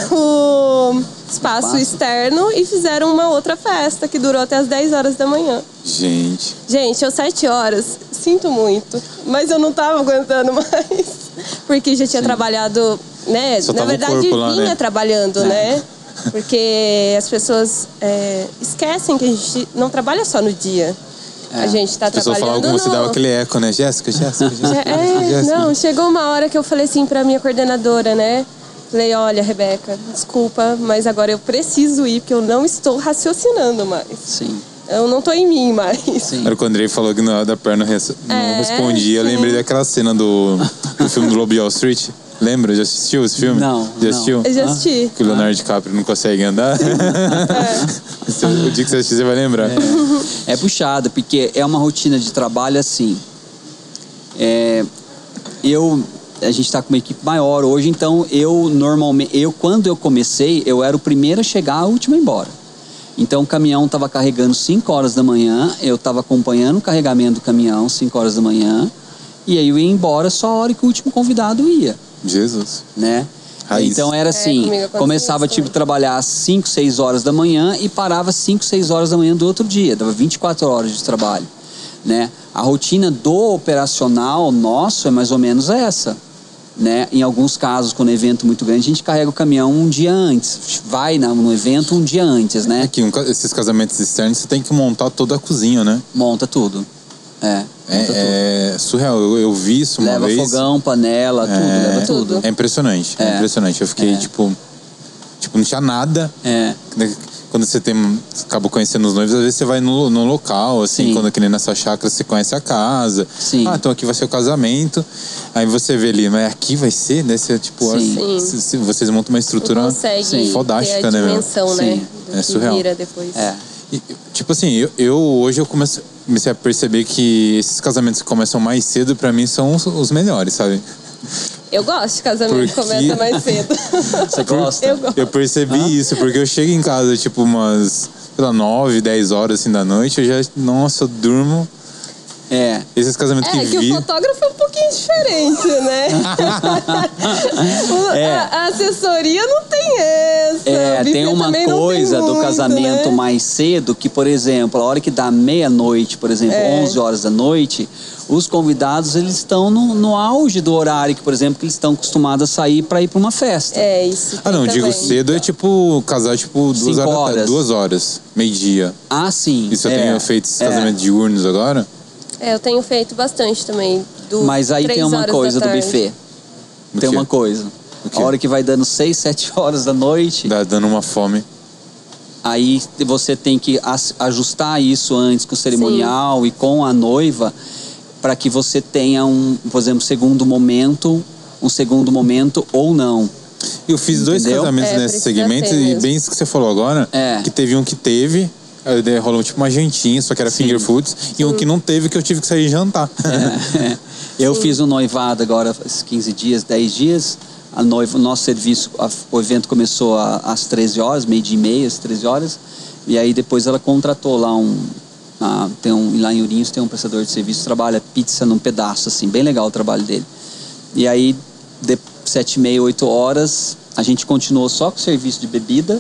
o espaço Passo. externo e fizeram uma outra festa que durou até as dez horas da manhã. Gente. Gente, eu sete horas, sinto muito, mas eu não tava aguentando mais, porque já tinha Sim. trabalhado, né? Só Na verdade, lá, vinha né? trabalhando, é. né? Porque as pessoas é, esquecem que a gente não trabalha só no dia. É. A gente tá As pessoas trabalhando falavam como no... você dava aquele eco, né? Jéssica, Jéssica, Jéssica. É, Jéssica. Não, chegou uma hora que eu falei assim pra minha coordenadora, né? Falei, olha, Rebeca, desculpa, mas agora eu preciso ir, porque eu não estou raciocinando mais. Sim. Eu não tô em mim mais. Sim. Era quando o Andrei falou que não, da perna não é, respondia. Eu sim. lembrei daquela cena do, do filme do Lobo de Wall Street. Lembra? Já assistiu esse filme? Não. Já assistiu? Eu já assisti. Que o Leonardo DiCaprio não consegue andar. É. O dia que você assistir, você vai lembrar. É, é puxado, porque é uma rotina de trabalho assim. É, eu... A gente está com uma equipe maior hoje, então eu normalmente, eu quando eu comecei, eu era o primeiro a chegar, o último a ir embora. Então o caminhão estava carregando cinco horas da manhã, eu estava acompanhando o carregamento do caminhão cinco horas da manhã, e aí eu ia embora só a hora que o último convidado ia. Jesus. Né? Raiz. Então era assim, é, começava tipo trabalhar às cinco, seis horas da manhã e parava às cinco, seis horas da manhã do outro dia, dava vinte e quatro horas de trabalho. Né? A rotina do operacional nosso é mais ou menos essa. Né? Em alguns casos, quando é um evento muito grande, a gente carrega o caminhão um dia antes. Vai no evento um dia antes, né? É que um, esses casamentos externos, você tem que montar toda a cozinha, né? Monta tudo. É, é, monta é tudo. surreal. Eu, eu vi isso uma leva vez. Leva fogão, panela, tudo. É, leva tudo. É impressionante. É, é impressionante. Eu fiquei, é. tipo... Tipo, não tinha nada. É. Quando você tem, acaba conhecendo os noivos, às vezes você vai no, no local, assim, Sim. quando que nem nessa chácara você conhece a casa. Sim. Ah, então aqui vai ser o casamento. Aí você vê ali, mas aqui vai ser, né? Você, tipo, Sim. Assim, vocês montam uma estrutura fodástica, né, meu? Dimensão, né? É surreal. Vira depois. É. E, tipo assim, eu, eu hoje eu comecei, comecei a perceber que esses casamentos que começam mais cedo, pra mim, são os, os melhores, sabe? Eu gosto de casamento que começa mais cedo. Você gosta? Eu gosto. Eu percebi ah? isso, porque eu chego em casa, tipo, umas, sei lá, nove, dez horas, assim, da noite, eu já, nossa, eu durmo... É. Esses casamentos É, que que vi... o fotógrafo é um pouquinho diferente, né? O- É. a, a assessoria não tem essa. É, o buffet tem uma também não coisa tem do muito, casamento né? mais cedo, que, por exemplo, a hora que dá meia-noite, por exemplo, É. onze horas da noite, os convidados, eles estão no, no auge do horário, que, por exemplo, que eles estão acostumados a sair para ir para uma festa. É, isso. Ah, não, tem digo também. cedo é tipo casar tipo duas Cinco horas, horas. duas horas, meio-dia. Ah, sim. Isso eu é, tenho feito esses é. casamentos diurnos agora. É, eu tenho feito bastante também. Do Mas aí três tem uma horas coisa da do tarde. buffet. O Tem quê? uma coisa. O quê? A hora que vai dando seis, sete horas da noite, Dá dando uma fome. aí você tem que as- ajustar isso antes com o cerimonial e com a noiva, para que você tenha um, por exemplo, segundo momento, um segundo momento ou não. Eu fiz dois Entendeu? casamentos É, nesse precisa segmento ter e mesmo. bem isso que você falou agora. É. Que teve um que teve, aí daí rolou tipo uma jantinha, só que era Sim. finger foods, e um que não teve que eu tive que sair jantar. É. Eu fiz um noivado agora, faz quinze dias, dez dias. A noiva, o nosso serviço, a- o evento começou a- às treze horas, meio-dia e meia, às treze horas. E aí depois ela contratou lá um. ah, tem um lá em Ourinhos tem um prestador de serviço, trabalha pizza num pedaço, assim, bem legal o trabalho dele. E aí, de sete e meia, oito horas, a gente continuou só com o serviço de bebida.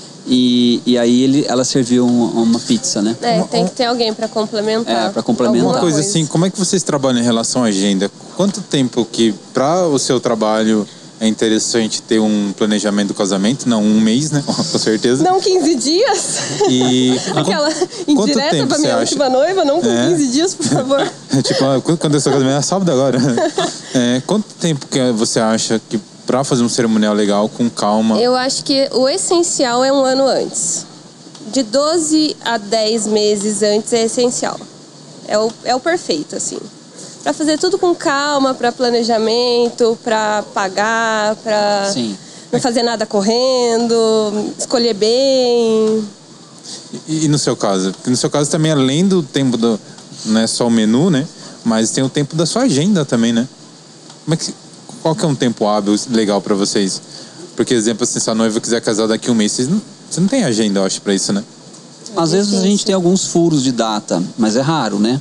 E, e aí ele, ela serviu uma, uma pizza, né? É, tem que ter alguém para complementar. É, pra complementar. Uma Alguma coisa assim, como é que vocês trabalham em relação à agenda? Quanto tempo que para o seu trabalho é interessante ter um planejamento do casamento? Não, um mês, né? Com certeza. Não quinze dias? E Aquela quanto indireta tempo pra você minha acha? última noiva, não com É. quinze dias, por favor. tipo, ah, quando quando é o seu casamento? É sábado agora. É, quanto tempo que você acha que para fazer um cerimonial legal, com calma... Eu acho que o essencial é um ano antes. De doze a dez meses antes é essencial. É o, é o perfeito, assim. Para fazer tudo com calma, para planejamento, para pagar, para Sim. não fazer nada correndo, escolher bem. E, e no seu caso? Porque no seu caso também, além do tempo do... Não é só o menu, né? Mas tem o tempo da sua agenda também, né? Como é que, qual que é um tempo hábil legal para vocês? Porque, exemplo, assim, se a noiva quiser casar daqui a um mês, vocês não, você não tem agenda, eu acho, para isso, né? Às vezes a gente tem alguns furos de data, mas é raro, né?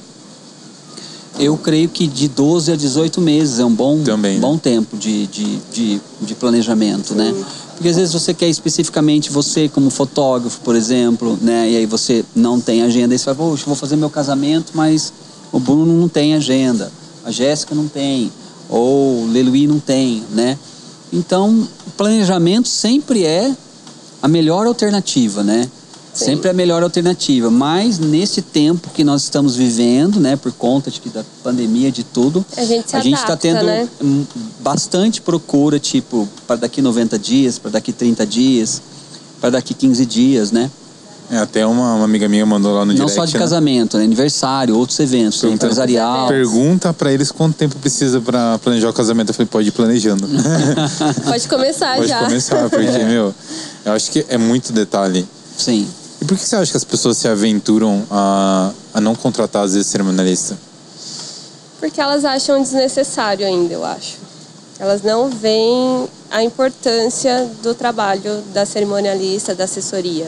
Eu creio que de doze a dezoito meses é um bom, Também, né? bom tempo de, de, de, de planejamento, né? Porque às vezes você quer especificamente você como fotógrafo, por exemplo, né? E aí você não tem agenda, aí você fala, poxa, vou fazer meu casamento, mas o Bruno não tem agenda, a Jéssica não tem, ou o Leluí não tem, né? Então, planejamento sempre é a melhor alternativa, né? Sim. Sempre é a melhor alternativa, mas nesse tempo que nós estamos vivendo, né, por conta de que da pandemia, de tudo, A gente se a gente adapta, está tendo né? hum, bastante procura, tipo, para daqui noventa dias, para daqui trinta dias, para daqui quinze dias, né? É, até uma, uma amiga minha mandou lá no Não direct, só de né? casamento, né? Aniversário, outros eventos, tem Perguntando- empresarial. Pergunta pra eles quanto tempo precisa pra planejar o casamento. Eu falei, pode ir planejando. Pode começar pode já. começar, porque, É. meu, eu acho que é muito detalhe. Sim. E por que você acha que as pessoas se aventuram a, a não contratar, às vezes, cerimonialista? Porque elas acham desnecessário ainda, eu acho. Elas não veem a importância do trabalho da cerimonialista, da assessoria.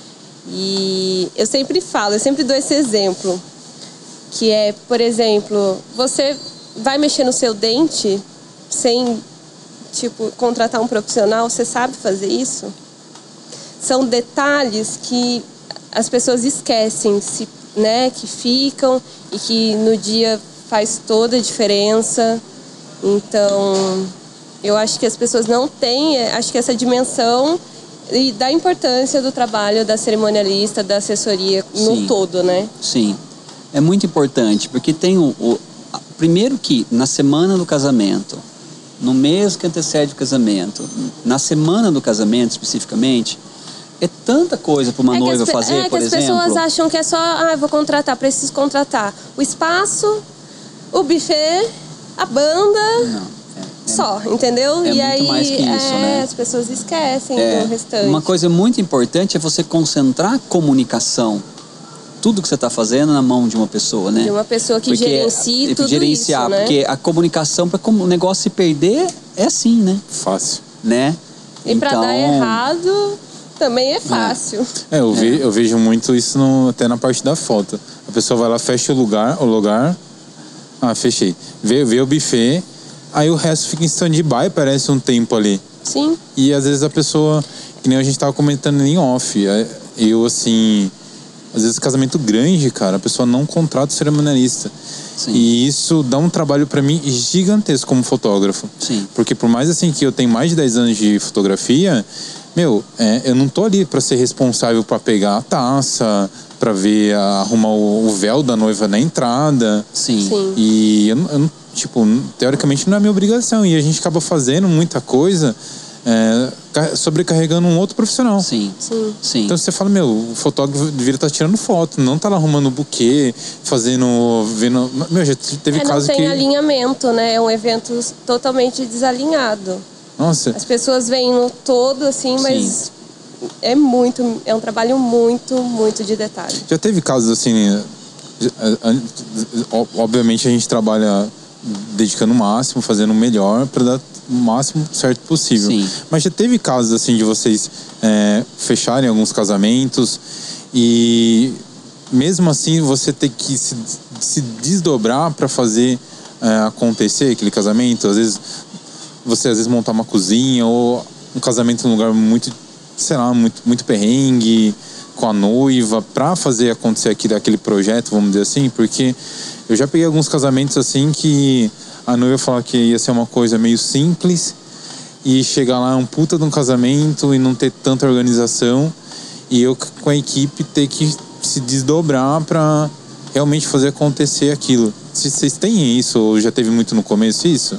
E eu sempre falo, eu sempre dou esse exemplo, que é, por exemplo, você vai mexer no seu dente sem, tipo, contratar um profissional, você sabe fazer isso? São detalhes que as pessoas esquecem, se, né, que ficam e que no dia faz toda a diferença. Então, eu acho que as pessoas não têm, acho que essa dimensão e da importância do trabalho da cerimonialista, da assessoria no Sim. todo, né? Sim, é muito importante, porque tem o, o a- primeiro que na semana do casamento, no mês que antecede o casamento, na semana do casamento especificamente, é tanta coisa para uma é noiva que as, pe- fazer, é que por as exemplo. pessoas acham que é só, ah, eu vou contratar, preciso contratar o espaço, o buffet, a banda, Não, é- é- só, entendeu? é e muito aí mais que isso, é, né? as pessoas esquecem É, do restante. uma coisa muito importante é você concentrar a comunicação. Tudo que você está fazendo na mão de uma pessoa, né? De uma pessoa que Porque- gerencie e tudo gerenciar, isso, né? porque a comunicação, para o negócio se perder, é assim, né? Fácil. né? E pra Então, dar errado também é fácil. É, eu, ve- eu vejo muito isso no- até na parte da foto. A pessoa vai lá, fecha o lugar, o lugar Ah, fechei. Vê, vê o buffet, aí o resto fica em stand-by, parece um tempo ali. Sim. E às vezes a pessoa, que nem a gente tava comentando em off, eu assim, às vezes casamento grande, cara, a pessoa não contrata o cerimonialista. Sim. E isso dá um trabalho pra mim gigantesco como fotógrafo. Sim. Porque por mais assim que eu tenho mais de dez anos de fotografia, meu, é, eu não tô ali pra ser responsável pra pegar a taça, pra ver, arrumar o, o véu da noiva na entrada. Sim. Sim. E eu, não- eu não- tipo, teoricamente não é minha obrigação. E a gente acaba fazendo muita coisa, é, ca- sobrecarregando um outro profissional. Sim. Sim. Sim. Então você fala, meu, o fotógrafo deveria estar tirando foto, não tá lá arrumando buquê, fazendo, vendo... Meu, já teve É, não caso tem que... alinhamento, né? É um evento totalmente desalinhado. Nossa, As pessoas veem no todo, assim, mas é muito, é um trabalho muito, muito de detalhe. já teve casos assim, né? Obviamente a gente trabalha dedicando o máximo, fazendo o melhor para dar o máximo certo possível. Sim. Mas já teve casos assim de vocês é, fecharem alguns casamentos e mesmo assim você ter que se, se desdobrar para fazer é, acontecer aquele casamento. Às vezes você às vezes montar uma cozinha ou um casamento num lugar muito, sei lá, muito, muito perrengue com a noiva para fazer acontecer aquele, aquele projeto, vamos dizer assim, porque eu já peguei alguns casamentos assim que a noiva falava que ia ser uma coisa meio simples e chegar lá um puta de um casamento e não ter tanta organização e eu com a equipe ter que se desdobrar para realmente fazer acontecer aquilo. Se vocês têm isso ou já teve muito no começo isso?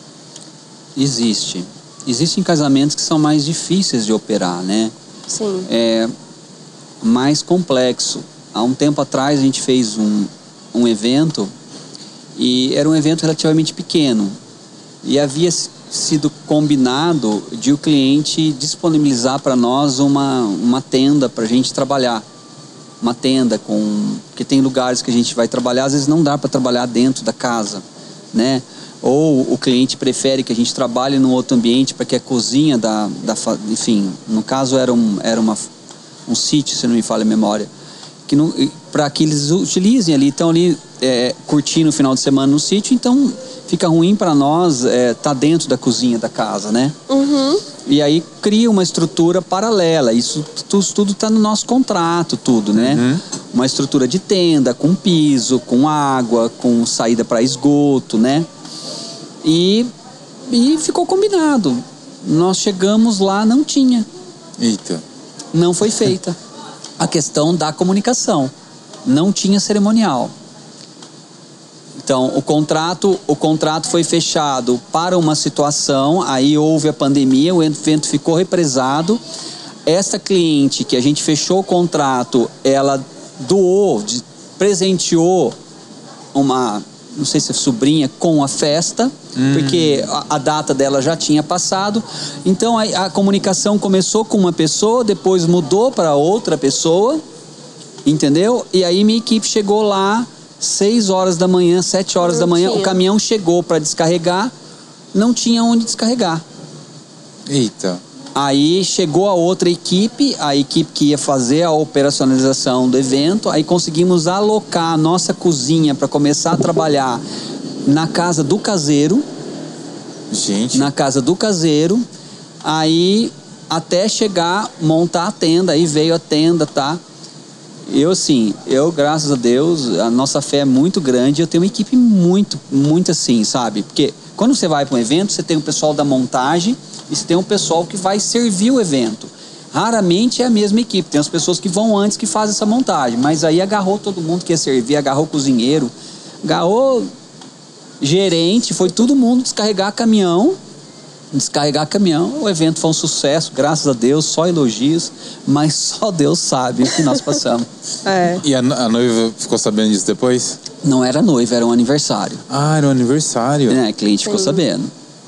Existe. Existem casamentos que são mais difíceis de operar, né? Sim. É mais complexo. Há um tempo atrás a gente fez um, um evento e era um evento relativamente pequeno e havia sido combinado de o cliente disponibilizar para nós uma, uma tenda para a gente trabalhar. Uma tenda com... Porque tem lugares que a gente vai trabalhar, às vezes não dá para trabalhar dentro da casa, né? Ou o cliente prefere que a gente trabalhe num outro ambiente para que a cozinha da, da... Enfim, no caso era, um, era uma, um sítio, se não me falha a memória, que para que eles utilizem ali, estão ali é, curtindo o final de semana no sítio, então fica ruim para nós estar é, tá dentro da cozinha da casa, né? Uhum. E aí cria uma estrutura paralela, isso tudo está no nosso contrato, tudo, né? Uhum. Uma estrutura de tenda, com piso, com água, com saída para esgoto, né? E, e ficou combinado. Nós chegamos lá, não tinha. Eita. Não foi feita. A questão da comunicação. Não tinha cerimonial. Então, o contrato, o contrato foi fechado para uma situação, aí houve a pandemia, o evento ficou represado. Essa cliente que a gente fechou o contrato, ela doou, presenteou uma... não sei se é sobrinha, com a festa, hum. porque a, a data dela já tinha passado. Então a, a comunicação começou com uma pessoa, depois mudou para outra pessoa, entendeu? E aí minha equipe chegou lá seis horas da manhã, sete horas não da manhã, tinha. O caminhão chegou para descarregar, não tinha onde descarregar. Eita. Aí chegou a outra equipe, a equipe que ia fazer a operacionalização do evento, aí conseguimos alocar a nossa cozinha para começar a trabalhar na casa do caseiro. Gente. Na casa do caseiro, aí até chegar, montar a tenda, aí veio a tenda, tá? Eu assim, eu graças a Deus, a nossa fé é muito grande, eu tenho uma equipe muito, muito assim, sabe? Porque quando você vai para um evento, você tem o pessoal da montagem, e você tem um pessoal que vai servir o evento. Raramente é a mesma equipe. Tem as pessoas que vão antes que fazem essa montagem. Mas aí agarrou todo mundo que ia servir, agarrou o cozinheiro, agarrou gerente, foi todo mundo descarregar caminhão. Descarregar caminhão. O evento foi um sucesso, graças a Deus, só elogios. Mas só Deus sabe o que nós passamos. É. E a, a noiva ficou sabendo disso depois? Não era noiva, era um aniversário. Ah, era um aniversário. É, a cliente ficou Sim. sabendo.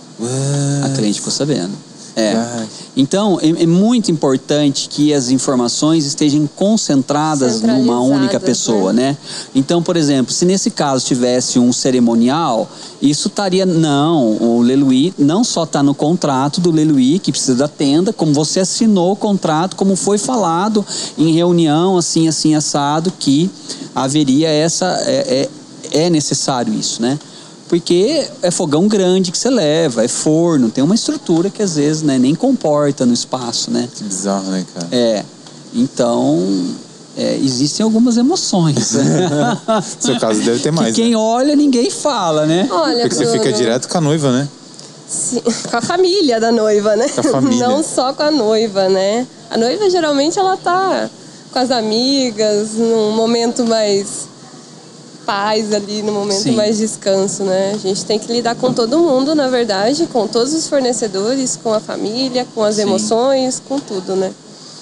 What? A cliente ficou sabendo. É. Ah. Então, é, é muito importante que as informações estejam concentradas numa única pessoa, né? né? Então, por exemplo, se nesse caso tivesse um cerimonial, isso estaria... Não, o Leluí não só está no contrato do Leluí, que precisa da tenda, como você assinou o contrato, como foi falado em reunião, assim, assim, assado, que haveria essa... É, é, é necessário isso, né? Porque é fogão grande que você leva, é forno, tem uma estrutura que às vezes, né, nem comporta no espaço, né? Que bizarro, né, cara? É, então é, existem algumas emoções. No seu caso deve ter mais, que quem né? olha, ninguém fala, né? Olha, Porque você Bruno, fica direto com a noiva, né? sim, com a família da noiva, né? Com a família. Não só com a noiva, né? A noiva geralmente ela tá com as amigas, num momento mais paz ali, num momento Sim. mais descanso, né? A gente tem que lidar com todo mundo, na verdade, com todos os fornecedores, com a família, com as Sim. emoções, com tudo, né?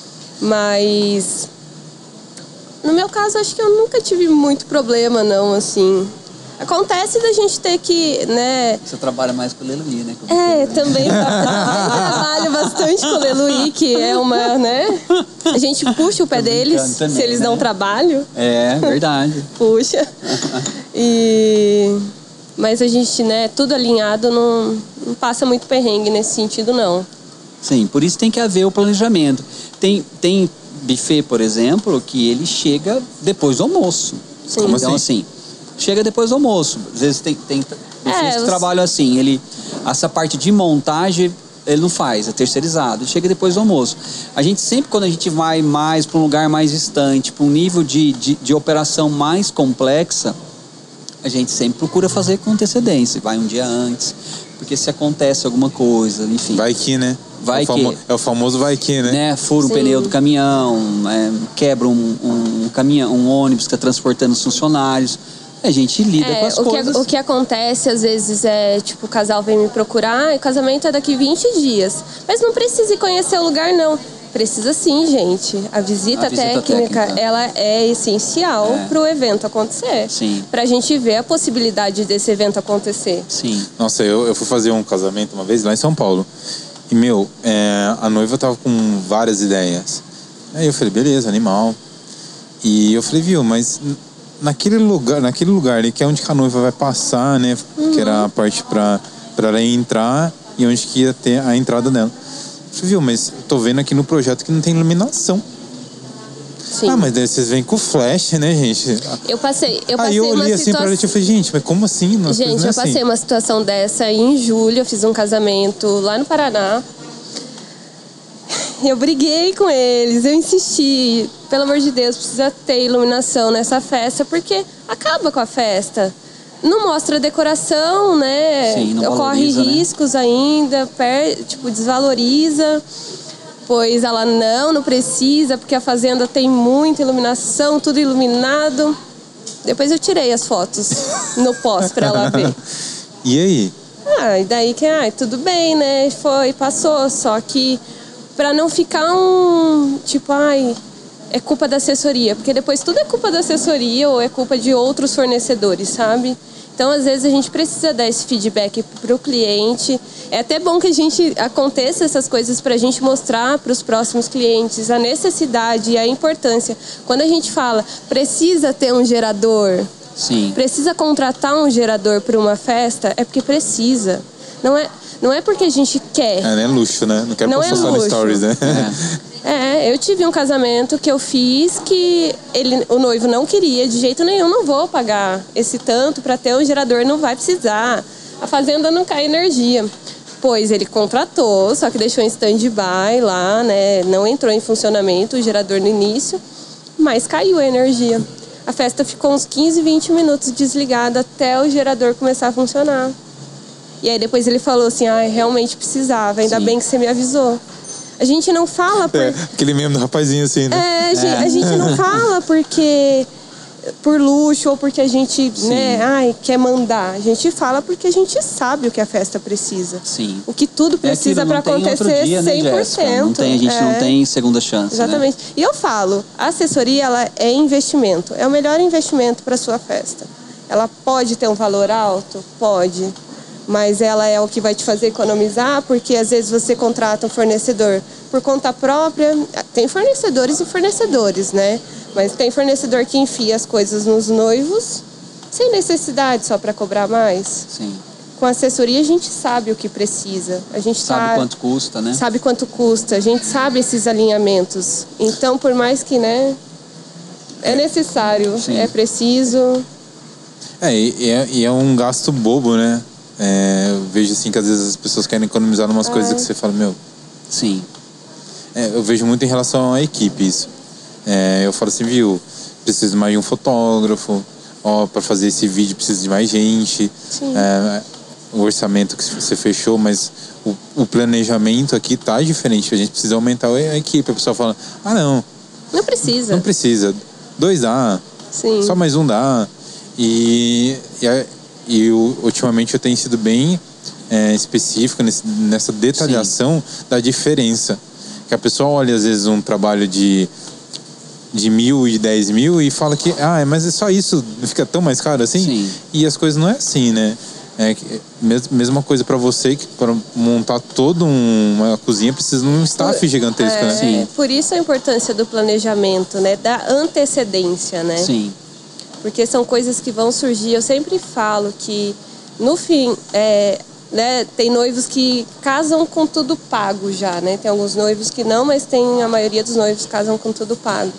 Mas no meu caso, acho que eu nunca tive muito problema, não, assim. Acontece da gente ter que, né... Você trabalha mais com o Leluí, né? Com É, também, também trabalho bastante com o Leluí, que é uma, né? A gente puxa o pé deles, também, se eles né? dão trabalho. É, verdade. Puxa. E... Mas a gente, né, tudo alinhado, não, não passa muito perrengue nesse sentido, não. Sim, por isso tem que haver o planejamento. Tem, tem buffet, por exemplo, que ele chega depois do almoço. Sim. Como Então, assim, chega depois do almoço. Às vezes tem, tem buffets que os- trabalham assim, ele, essa parte de montagem ele não faz, é terceirizado, chega depois do almoço. A gente sempre, quando a gente vai mais para um lugar mais distante, para um nível de, de, de operação mais complexa, a gente sempre procura fazer com antecedência, vai um dia antes, porque se acontece alguma coisa, enfim. Vai que, né? Vai é o famo- que. É o famoso vai que, né? Né, fura o Sim. pneu do caminhão, é, quebra um, um caminhão, um ônibus que está transportando os funcionários. A gente lida com É, as o, que, coisas. o que acontece às vezes é, tipo, o casal vem me procurar e o casamento é daqui vinte dias. Mas não precisa ir conhecer o lugar, não. Precisa sim, gente. A visita, A visita técnica, técnica. ela é essencial É. para o evento acontecer. Sim. Pra gente ver a possibilidade desse evento acontecer. Sim. Nossa, eu, eu fui fazer um casamento uma vez lá em São Paulo. E, meu, é, a noiva tava com várias ideias. Aí eu falei, beleza, animal. E eu falei, viu, mas n- naquele lugar, naquele lugar ali, que é onde que a noiva vai passar, né? Que era a parte pra, pra ela entrar e onde que ia ter a entrada dela. Eu falei, viu, mas eu tô vendo aqui no projeto que não tem iluminação. Sim. Ah, mas daí vocês vêm com flash, né, gente? Eu passei, eu passei Aí eu uma olhei assim pra ela e situação... falei, gente, mas como assim? Nossa, Gente, não é eu assim. passei uma situação dessa em julho. Eu fiz um casamento lá no Paraná. Eu briguei com eles, eu insisti. Pelo amor de Deus, precisa ter iluminação nessa festa, porque acaba com a festa. Não mostra decoração, né? Sim, não Ocorre valoriza, né? riscos ainda, per, tipo, desvaloriza. Pois ela não, não precisa, porque a fazenda tem muita iluminação, tudo iluminado. Depois eu tirei as fotos no pós pra ela ver. E aí? Ah, e daí que, ah, tudo bem, né? Foi, passou. Só que pra não ficar um, tipo, ai, é culpa da assessoria. Porque depois tudo é culpa da assessoria ou é culpa de outros fornecedores, sabe? Então, às vezes, a gente precisa dar esse feedback pro cliente. É até bom que a gente aconteça essas coisas pra gente mostrar pros próximos clientes a necessidade e a importância. Quando a gente fala, precisa ter um gerador, Sim. precisa contratar um gerador para uma festa, é porque precisa. Não é, não é porque a gente quer. É, né? Luxo, né? Não quero Não postar é só no luxo. stories, né? É, eu tive um casamento que eu fiz que ele, o noivo não queria de jeito nenhum. Não vou pagar esse tanto para ter um gerador, não vai precisar. A fazenda não cai energia. Pois ele contratou, só que deixou em stand-by lá, né? Não entrou em funcionamento o gerador no início, mas caiu a energia. A festa ficou uns quinze, vinte minutos desligada até o gerador começar a funcionar. E aí depois ele falou assim, ah, realmente precisava, ainda Sim. bem que você me avisou. A gente não fala por... É, aquele meme do rapazinho assim, né? É, a gente, a gente não fala porque... por luxo ou porque a gente, né, ai, quer mandar. A gente fala porque a gente sabe o que a festa precisa. Sim. O que tudo precisa É para aquilo, não tem outro acontecer dia, né, cem por cento. Jéssica? Não tem, a gente não É. tem segunda chance. Exatamente. Né? E eu falo, a assessoria ela é investimento. É o melhor investimento para sua festa. Ela pode ter um valor alto? Pode. Mas ela é o que vai te fazer economizar, porque às vezes você contrata um fornecedor por conta própria. Tem fornecedores e fornecedores, né? Mas tem fornecedor que enfia as coisas nos noivos sem necessidade, só para cobrar mais. Sim. Com a assessoria a gente sabe o que precisa. A gente Sabe tá, quanto custa, né? sabe quanto custa. A gente sabe esses alinhamentos. Então, por mais que, né, é necessário, Sim. é preciso. É, e é, e é um gasto bobo, né? É, eu vejo assim que às vezes as pessoas querem economizar em umas Ah, coisas é. que você fala, meu... Sim. É, eu vejo muito em relação à equipe isso. É, eu falo assim, viu, preciso mais de um fotógrafo, ó, para fazer esse vídeo precisa de mais gente. Sim. É, o orçamento que você fechou, mas o, o planejamento aqui tá diferente. A gente precisa aumentar a equipe. A pessoa fala, ah não, Não precisa. não precisa. Dois dá, Sim. só mais um dá. E, e, a- e eu, ultimamente eu tenho sido bem é, específico nesse, nessa detalhação da diferença. Que a pessoa olha às vezes um trabalho de, de mil e dez mil e fala que, ah, mas é só isso, não fica tão mais caro assim? Sim. E as coisas não é assim, né? É que- mes- mesma coisa para você, que para montar toda um- uma cozinha precisa de um staff gigantesco, É, né? Sim. Por isso a importância do planejamento, né? Da antecedência, né? Sim. Porque são coisas que vão surgir. Eu sempre falo que, no fim, é, né, tem noivos que casam com tudo pago já, né? Tem alguns noivos que não, mas tem a maioria dos noivos casam com tudo pago.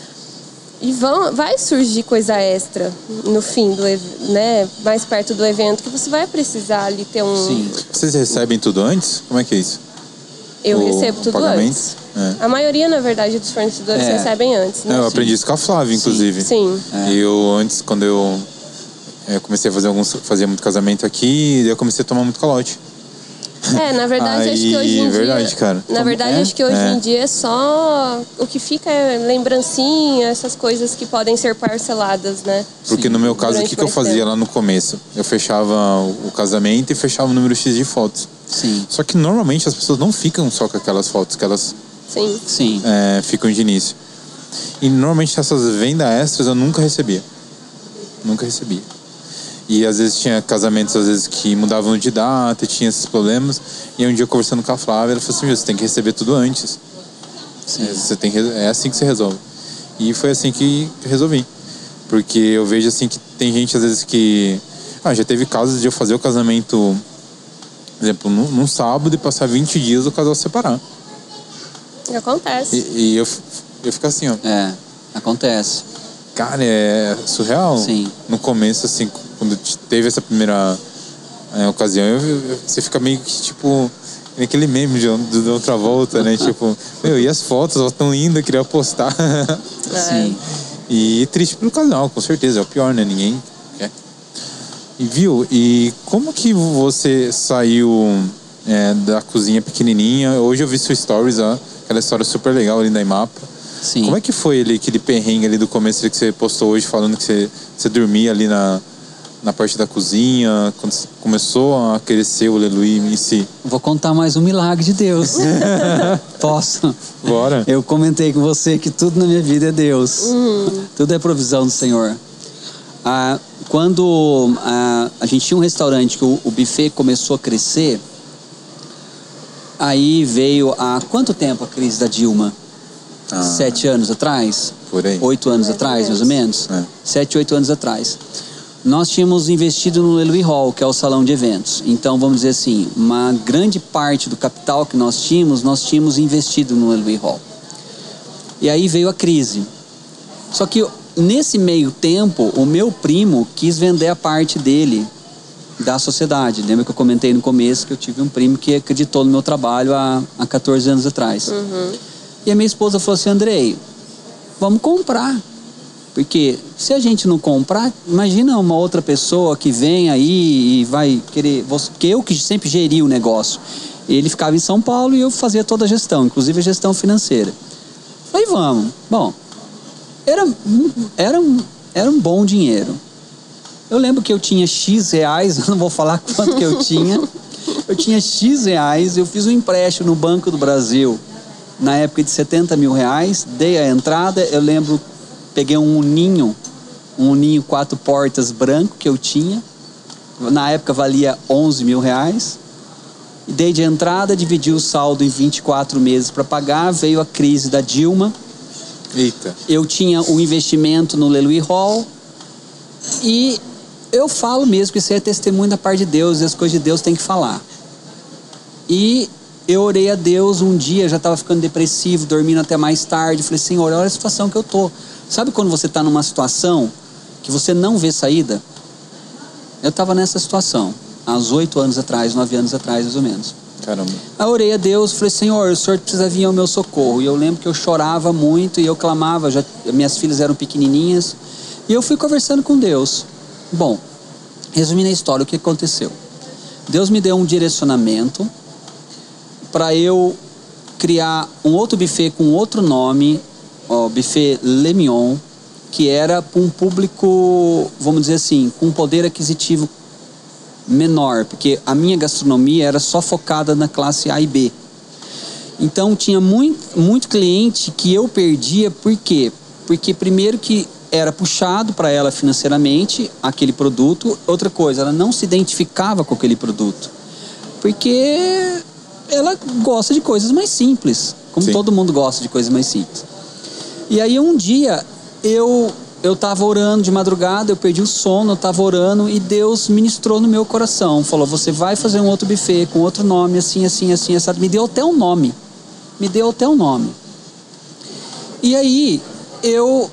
E vão, vai surgir coisa extra no fim do, ev- né? Mais perto do evento, que você vai precisar ali ter um. Sim. Vocês recebem tudo antes? Como é que é isso? Eu O recebo tudo pagamento? antes. É. A maioria, na verdade, dos fornecedores É. recebem antes, né? Não, eu aprendi isso com a Flávia, inclusive. Sim. É. Eu antes, quando eu, eu comecei a fazer alguns, fazia muito casamento aqui, daí eu comecei a tomar muito calote. É, na verdade, acho que Aí, hoje em dia. verdade, cara. Na verdade, É? acho que hoje É. em dia é só. O que fica é lembrancinha, essas coisas que podem ser parceladas, né? Porque Sim. no meu caso, o Durante que, que eu mais fazia tempo. lá no começo? Eu fechava o o casamento e fechava o número X de fotos. Sim. Só que normalmente as pessoas não ficam só com aquelas fotos que elas Sim. Sim. é, ficam de início. E normalmente essas vendas extras eu nunca recebia. Nunca recebia. E às vezes tinha casamentos às vezes que mudavam de data, tinha esses problemas. E aí um dia eu conversando com a Flávia, ela falou assim, "Viu, você tem que receber tudo antes. Sim. É, você tem, que- é assim que você resolve." E foi assim que eu resolvi. Porque eu vejo assim que tem gente às vezes que... Ah, já teve casos de eu fazer o casamento, por exemplo, num, num sábado e passar vinte dias o casal se separar. Acontece. E, e eu, eu fico assim, ó. É. Acontece. Cara, é surreal. Sim. No começo, assim, quando te- teve essa primeira é, ocasião, eu, eu- você fica meio que, tipo, naquele meme de, de, de outra volta, né? Tipo, meu, e as fotos, elas tão lindas, eu queria postar. Sim. E triste pelo casal, com certeza, é o pior, né? Ninguém quer. E viu, e como que você saiu é, da cozinha pequenininha? Hoje eu vi sua stories, ó, aquela história super legal ali da Imapa. Sim. Como é que foi ali, aquele perrengue ali do começo ali que você postou hoje, falando que você, você dormia ali na, na parte da cozinha, quando você começou a crescer o Aleluia em si? Vou contar mais um milagre de Deus. Posso? Bora. Eu comentei com você que tudo na minha vida é Deus. Tudo é provisão do Senhor. Ah, quando ah, a gente tinha um restaurante que o, o buffet começou a crescer, aí veio há quanto tempo a crise da Dilma? Ah. Sete anos atrás? Por aí. Oito anos Mais ou atrás, mais ou menos? É. Sete, oito anos atrás. Nós tínhamos investido no Aleluia Hall, que é o salão de eventos. Então, vamos dizer assim, uma grande parte do capital que nós tínhamos, nós tínhamos investido no Aleluia Hall. E aí veio a crise. Só que nesse meio tempo, o meu primo quis vender a parte dele da sociedade. Lembra que eu comentei no começo que eu tive um primo que acreditou no meu trabalho há, há quatorze anos atrás. E a minha esposa falou assim, Andrei, vamos comprar. Porque se a gente não comprar, imagina uma outra pessoa que vem aí e vai querer... Porque eu que sempre geri o negócio. Ele ficava em São Paulo e eu fazia toda a gestão, inclusive a gestão financeira. Falei, vamos. Bom, era, era, um, era um bom dinheiro. Eu lembro que eu tinha X reais, eu não vou falar quanto que eu tinha. Eu tinha X reais, eu fiz um empréstimo no Banco do Brasil, na época de setenta mil reais, dei a entrada, eu lembro, peguei um uninho, um uninho quatro portas branco que eu tinha, na época valia onze mil reais, e dei de entrada, dividi o saldo em vinte e quatro meses para pagar, veio a crise da Dilma, Eita. eu tinha um investimento no Aleluia Hall, e eu falo mesmo que isso é testemunho da parte de Deus, e as coisas de Deus tem que falar. E eu orei a Deus um dia, já estava ficando depressivo, dormindo até mais tarde. Falei, Senhor, olha a situação que eu tô. Sabe quando você está numa situação que você não vê saída? Eu estava nessa situação, há uns oito anos atrás, nove anos atrás, mais ou menos. Caramba. Aí eu orei a Deus, falei, Senhor, o Senhor precisa vir ao meu socorro. E eu lembro que eu chorava muito e eu clamava, já, minhas filhas eram pequenininhas. E eu fui conversando com Deus. Bom, resumindo a história, o que aconteceu? Deus me deu um direcionamento para eu criar um outro buffet com outro nome, ó, Buffet Le Mignon, que era para um público, vamos dizer assim, com um poder aquisitivo menor, porque a minha gastronomia era só focada na classe A e B. Então tinha muito, muito cliente que eu perdia, por quê? Porque primeiro que era puxado para ela financeiramente aquele produto, outra coisa, ela não se identificava com aquele produto, porque ela gosta de coisas mais simples, como Sim. todo mundo gosta de coisas mais simples. E aí um dia eu eu tava orando de madrugada, eu perdi o sono, eu tava orando e Deus ministrou no meu coração, falou, você vai fazer um outro buffet com outro nome, assim, assim, assim, assim. Me deu até um nome, me deu até um nome. E aí eu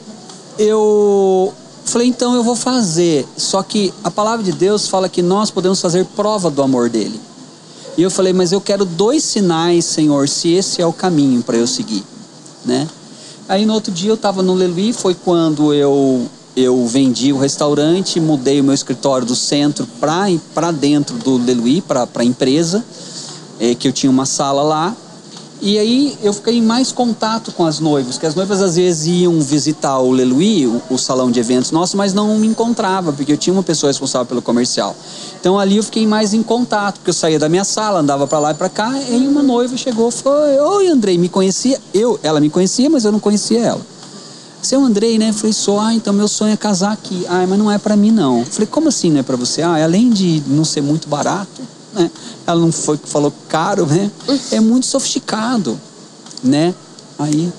eu falei, então eu vou fazer, só que a palavra de Deus fala que nós podemos fazer prova do amor dele. E eu falei, mas eu quero dois sinais, Senhor, se esse é o caminho para eu seguir, né? Aí no outro dia eu estava no Leluí, foi quando eu, eu vendi o restaurante, mudei o meu escritório do centro para dentro do Leluí, para a empresa, é, que eu tinha uma sala lá. E aí eu fiquei em mais contato com as noivas, que as noivas às vezes iam visitar o Leluí, o, o salão de eventos nosso, mas não me encontrava, porque eu tinha uma pessoa responsável pelo comercial. Então ali eu fiquei mais em contato, porque eu saía da minha sala, andava para lá e para cá, e aí uma noiva chegou e falou, oi Andrei, me conhecia? Eu, ela me conhecia, mas eu não conhecia ela. Você é o Andrei, né? Eu falei, sou, ah, então meu sonho é casar aqui. Ah, mas não é para mim não. Eu falei, como assim não é para você? Ah, além de não ser muito barato, né? Ela não foi que falou caro, né? É muito sofisticado, né? Aí,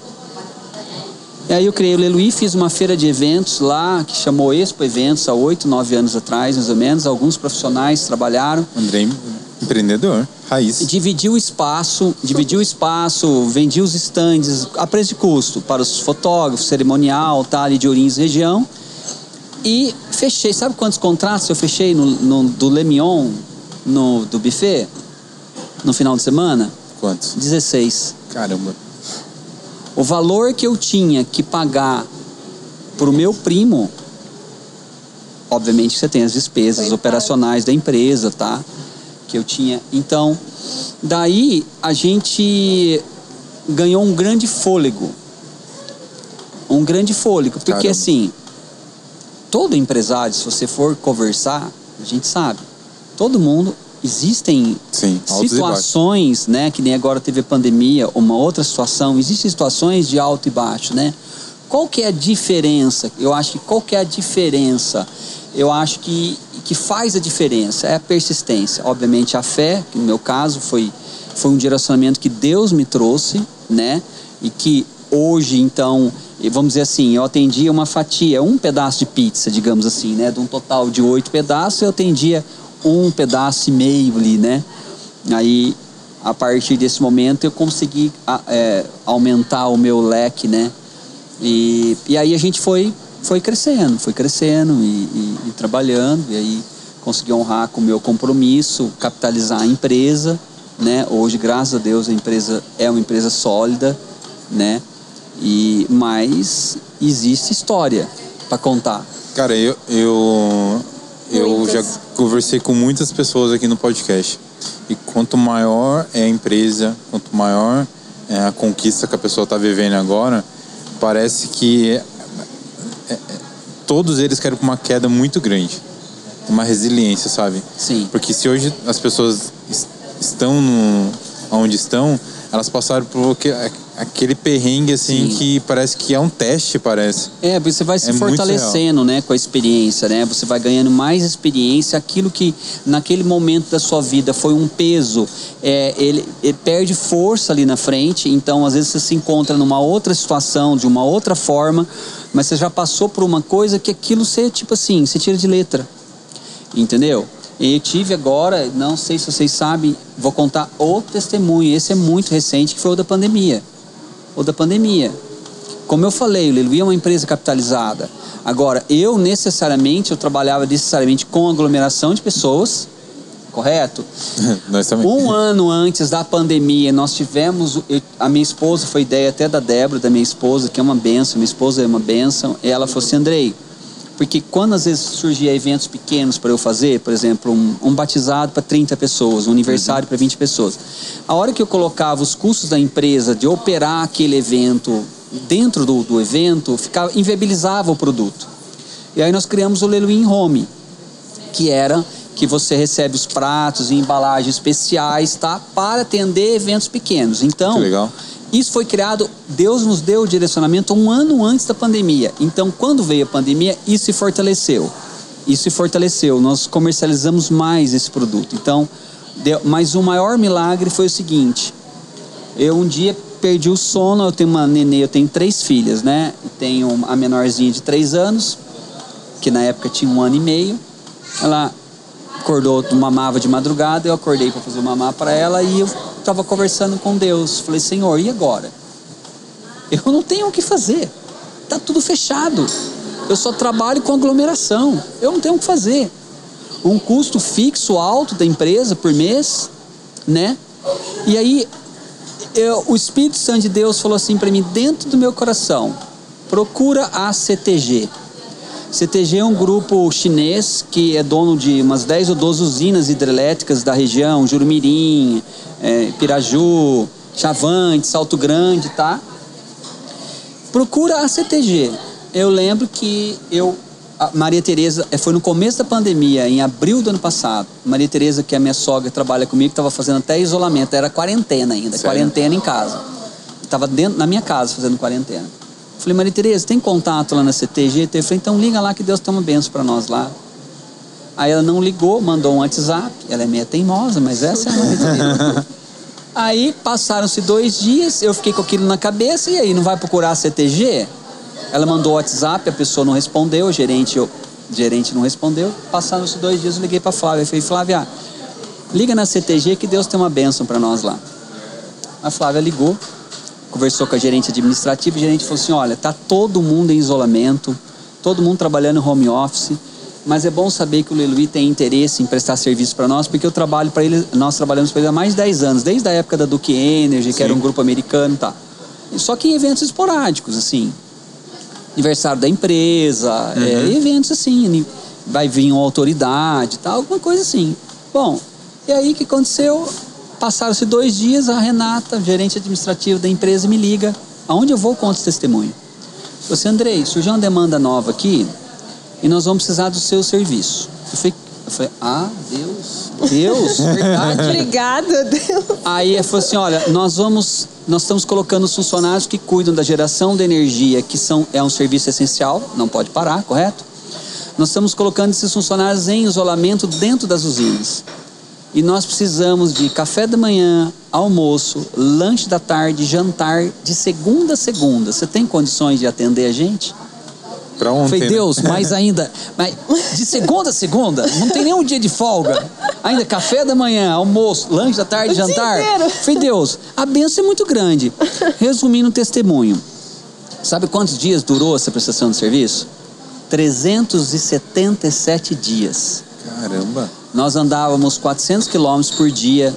e aí eu criei o Leluí, fiz uma feira de eventos lá, que chamou Expo Eventos, há oito, nove anos atrás, mais ou menos. Alguns profissionais trabalharam. Andrei, empreendedor, raiz. Dividi o espaço, dividi o espaço, vendi os estandes a preço de custo para os fotógrafos, cerimonial, tá, ali de Ourinhos região. E fechei, sabe quantos contratos eu fechei no, no, do Le Mignon? No, do buffet, no final de semana? Quantos? dezesseis. Caramba. O valor que eu tinha que pagar pro meu primo, obviamente você tem as despesas Foi operacionais claro. da empresa, tá? Que eu tinha. Então, daí a gente ganhou um grande fôlego. Um grande fôlego. Porque Caramba. assim, todo empresário, se você for conversar, a gente sabe. Todo mundo, existem Sim, situações, né, que nem agora teve a pandemia, uma outra situação, existem situações de alto e baixo, né? Qual que é a diferença? Eu acho que qual que é a diferença? Eu acho que que faz a diferença é a persistência. Obviamente a fé, que no meu caso foi foi um direcionamento que Deus me trouxe, né? E que hoje, então, vamos dizer assim, eu atendia uma fatia, um pedaço de pizza, digamos assim, né? De um total de oito pedaços, eu atendia um pedaço e meio ali, né? Aí, a partir desse momento, eu consegui é, aumentar o meu leque, né? E, e aí a gente foi, foi crescendo, foi crescendo e, e, e trabalhando, e aí consegui honrar com o meu compromisso, capitalizar a empresa, né? Hoje, graças a Deus, a empresa é uma empresa sólida, né? E, mas existe história para contar. Cara, eu... eu... Eu já conversei com muitas pessoas aqui no podcast. E quanto maior é a empresa, quanto maior é a conquista que a pessoa está vivendo agora, parece que é, é, todos eles querem uma queda muito grande. Uma resiliência, sabe? Sim. Porque se hoje as pessoas estão no, onde estão, elas passaram por aquele perrengue assim Sim. que parece que é um teste, parece. É, você vai se é fortalecendo, né, com a experiência, né? Você vai ganhando mais experiência. Aquilo que naquele momento da sua vida foi um peso, é, ele, ele perde força ali na frente. Então, às vezes você se encontra numa outra situação, de uma outra forma, mas você já passou por uma coisa que aquilo você, tipo assim, você tira de letra. Entendeu? E eu tive agora, não sei se vocês sabem, vou contar outro testemunho, esse é muito recente, que foi o da pandemia. O da pandemia. Como eu falei, o Leluí é uma empresa capitalizada. Agora, eu necessariamente, eu trabalhava necessariamente com aglomeração de pessoas, correto? Nós também. Um ano antes da pandemia, nós tivemos, eu, a minha esposa, foi ideia até da Débora, da minha esposa, que é uma benção, minha esposa é uma benção, e ela falou assim, Andrei, porque quando às vezes surgia eventos pequenos para eu fazer, por exemplo, um, um batizado para trinta pessoas, um aniversário uhum. para vinte pessoas, a hora que eu colocava os custos da empresa de operar aquele evento dentro do, do evento, ficava, inviabilizava o produto. E aí nós criamos o Leluí Home, que era que você recebe os pratos e embalagens especiais, tá? Para atender eventos pequenos. Então, que legal. Isso foi criado, Deus nos deu o direcionamento um ano antes da pandemia. Então, quando veio a pandemia, isso se fortaleceu. Isso se fortaleceu. Nós comercializamos mais esse produto. Então, deu, mas o maior milagre foi o seguinte. Eu um dia perdi o sono, eu tenho uma nenê, eu tenho três filhas, né? Tenho a menorzinha de três anos, que na época tinha um ano e meio. Ela acordou, mamava de madrugada, eu acordei para fazer o mamar para ela e eu estava conversando com Deus. Falei, Senhor, e agora? Eu não tenho o que fazer. Tá tudo fechado. Eu só trabalho com aglomeração. Eu não tenho o que fazer. Um custo fixo alto da empresa por mês, né? E aí, eu, o Espírito Santo de Deus falou assim para mim, dentro do meu coração, procura a C T G. C T G é um grupo chinês que é dono de umas dez ou doze usinas hidrelétricas da região, Jurumirim, é, Piraju, Chavante, Salto Grande, tá? Procura a C T G. Eu lembro que eu, a Maria Tereza, foi no começo da pandemia, em abril do ano passado. Maria Tereza, que é a minha sogra, trabalha comigo, estava fazendo até isolamento, era quarentena ainda, Sério? quarentena em casa. Estava dentro na minha casa fazendo quarentena. Falei, Maria Tereza, tem contato lá na C T G? Eu falei, então liga lá que Deus tem uma benção para nós lá. Aí ela não ligou, mandou um WhatsApp. Ela é meio teimosa, mas essa é a Maria Tereza. Aí passaram-se dois dias, eu fiquei com aquilo na cabeça, e aí, não vai procurar a C T G? Ela mandou o WhatsApp, a pessoa não respondeu, o gerente, o gerente não respondeu. Passaram-se dois dias, eu liguei para Flávia. Eu falei, Flávia, liga na C T G que Deus tem uma benção para nós lá. A Flávia ligou. Conversou com a gerente administrativa, e a gerente falou assim, olha, tá todo mundo em isolamento, todo mundo trabalhando em home office, mas é bom saber que o Leluí tem interesse em prestar serviço para nós, porque eu trabalho para ele, nós trabalhamos para ele há mais de dez anos, desde a época da Duke Energy, que Sim. era um grupo americano, tá. Só que em eventos esporádicos, assim, aniversário da empresa, uhum. é, eventos assim, vai vir uma autoridade, tal, alguma coisa assim. Bom, e aí o que aconteceu? Passaram-se dois dias, a Renata, gerente administrativa da empresa, me liga. Aonde eu vou, conto esse testemunho. Eu falei, Andrei, surgiu uma demanda nova aqui e nós vamos precisar do seu serviço. Eu falei, eu falei ah, Deus, Deus, verdade. Obrigada, Deus. Aí eu falei assim, olha, nós vamos, nós estamos colocando os funcionários que cuidam da geração de energia, que são, é um serviço essencial, não pode parar, correto? Nós estamos colocando esses funcionários em isolamento dentro das usinas. E nós precisamos de café da manhã, almoço, lanche da tarde, jantar, de segunda a segunda. Você tem condições de atender a gente? Pra ontem, Falei, Deus, né? mais ainda, mas de segunda a segunda, não tem nenhum dia de folga. Ainda café da manhã, almoço, lanche da tarde, o jantar. Falei, Deus, a bênção é muito grande. Resumindo o testemunho. Sabe quantos dias durou essa prestação de serviço? trezentos e setenta e sete dias. Caramba! Nós andávamos quatrocentos quilômetros por dia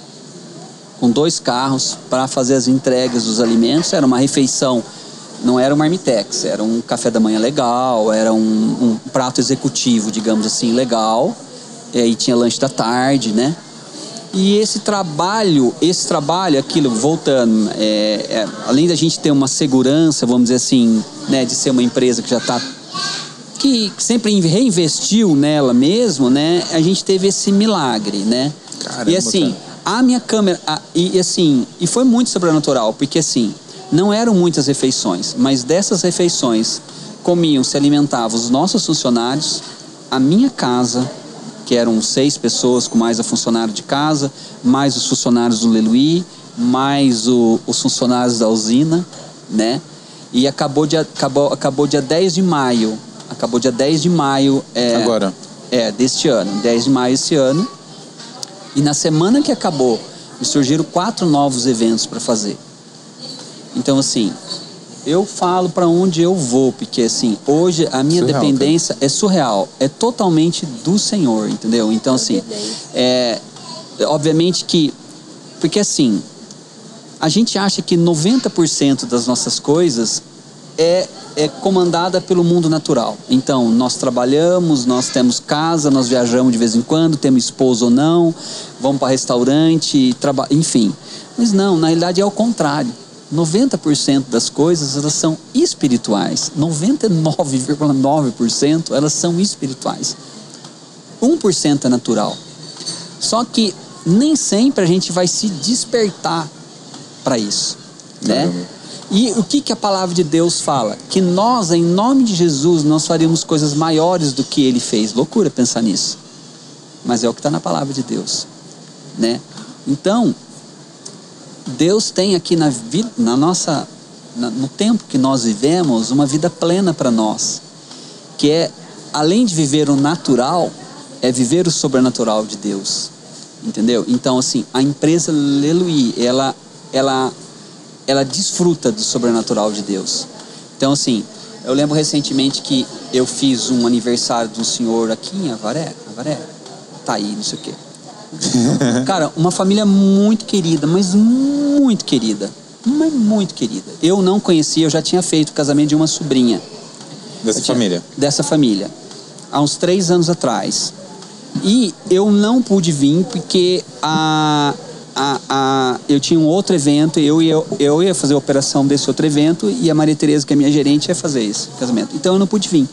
com dois carros para fazer as entregas dos alimentos. Era uma refeição, não era um marmitex, era um café da manhã legal, era um, um prato executivo, digamos assim, legal. E aí tinha lanche da tarde, né? E esse trabalho, esse trabalho, aquilo, voltando, é, é, além da gente ter uma segurança, vamos dizer assim, né, de ser uma empresa que já está... que sempre reinvestiu nela mesmo, né? A gente teve esse milagre, né? Caramba, e assim, cara. a minha câmera... A, e assim, e foi muito sobrenatural, porque assim, não eram muitas refeições, mas dessas refeições comiam, se alimentavam os nossos funcionários, a minha casa, que eram seis pessoas com mais a funcionário de casa, mais os funcionários do Leluí, mais o, os funcionários da usina, né? E acabou dia, acabou, acabou dia dez de maio. Acabou dia dez de maio. É, Agora? É, deste ano. dez de maio desse ano. E na semana que acabou, me surgiram quatro novos eventos para fazer. Então, assim, eu falo para onde eu vou, porque assim, hoje a minha surreal, dependência cara. é surreal, é totalmente do Senhor, entendeu? Então assim, é, obviamente que, porque assim, a gente acha que noventa por cento das nossas coisas é, é comandada pelo mundo natural. Então, nós trabalhamos, nós temos casa, nós viajamos de vez em quando, temos esposo ou não, vamos para restaurante, traba... enfim. Mas não, na realidade é o contrário. noventa por cento das coisas, elas são espirituais. noventa e nove vírgula nove por cento elas são espirituais. um por cento é natural. Só que nem sempre a gente vai se despertar para isso, né? E o que, que a palavra de Deus fala? Que nós, em nome de Jesus, nós faríamos coisas maiores do que Ele fez. Loucura pensar nisso. Mas é o que está na palavra de Deus, né? Então, Deus tem aqui na vida, na nossa, na, no tempo que nós vivemos, uma vida plena para nós. Que é, além de viver o natural, é viver o sobrenatural de Deus. Entendeu? Então, assim, a empresa Leluí, ela, ela, ela desfruta do sobrenatural de Deus. Então, assim, eu lembro recentemente que eu fiz um aniversário de um senhor aqui em Avaré, Avaré, tá aí, não sei o quê. Cara, uma família muito querida, mas muito querida, mas muito querida. Eu não conhecia, eu já tinha feito o casamento de uma sobrinha. Dessa tinha, família? Dessa família, há uns três anos atrás. E eu não pude vir porque a, a, a, eu tinha um outro evento, eu ia, eu ia fazer a operação desse outro evento e a Maria Tereza, que é minha gerente, ia fazer esse casamento. Então eu não pude vir.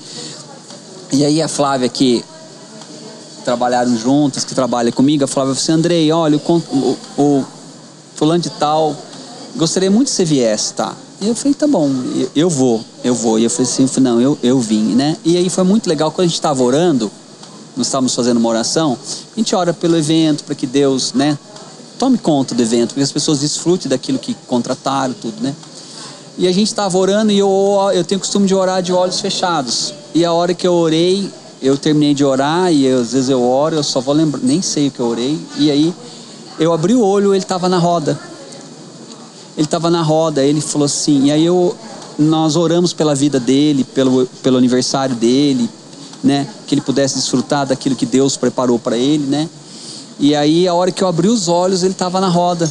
E aí a Flávia, que trabalharam juntas, que trabalha comigo, a Flávia falou assim: Andrei, olha, o, o, o fulano de tal, gostaria muito que você viesse, tá? E eu falei, tá bom, eu, eu vou, eu vou. E eu falei assim, não, eu, eu vim, né? E aí foi muito legal, quando a gente estava orando, nós estávamos fazendo uma oração, a gente ora pelo evento, para que Deus, né, tome conta do evento, para que as pessoas desfrutem daquilo que contrataram, tudo, né? E a gente estava orando e eu, eu tenho o costume de orar de olhos fechados. E a hora que eu orei, eu terminei de orar e eu, às vezes eu oro, eu só vou lembrar, nem sei o que eu orei. E aí eu abri o olho, ele estava na roda. Ele estava na roda, ele falou assim, e aí eu, nós oramos pela vida dele, pelo, pelo aniversário dele, né, que ele pudesse desfrutar daquilo que Deus preparou para ele, né? E aí a hora que eu abri os olhos, ele estava na roda.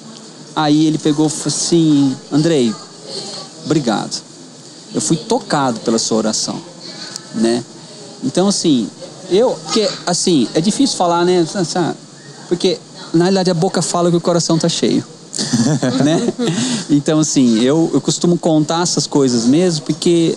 Aí ele pegou e falou assim: Andrei, obrigado. Eu fui tocado pela sua oração, né? Então assim, eu, porque assim, é difícil falar, né? Porque na realidade a boca fala que o coração tá cheio. Né? Então assim, eu, eu costumo contar essas coisas mesmo, porque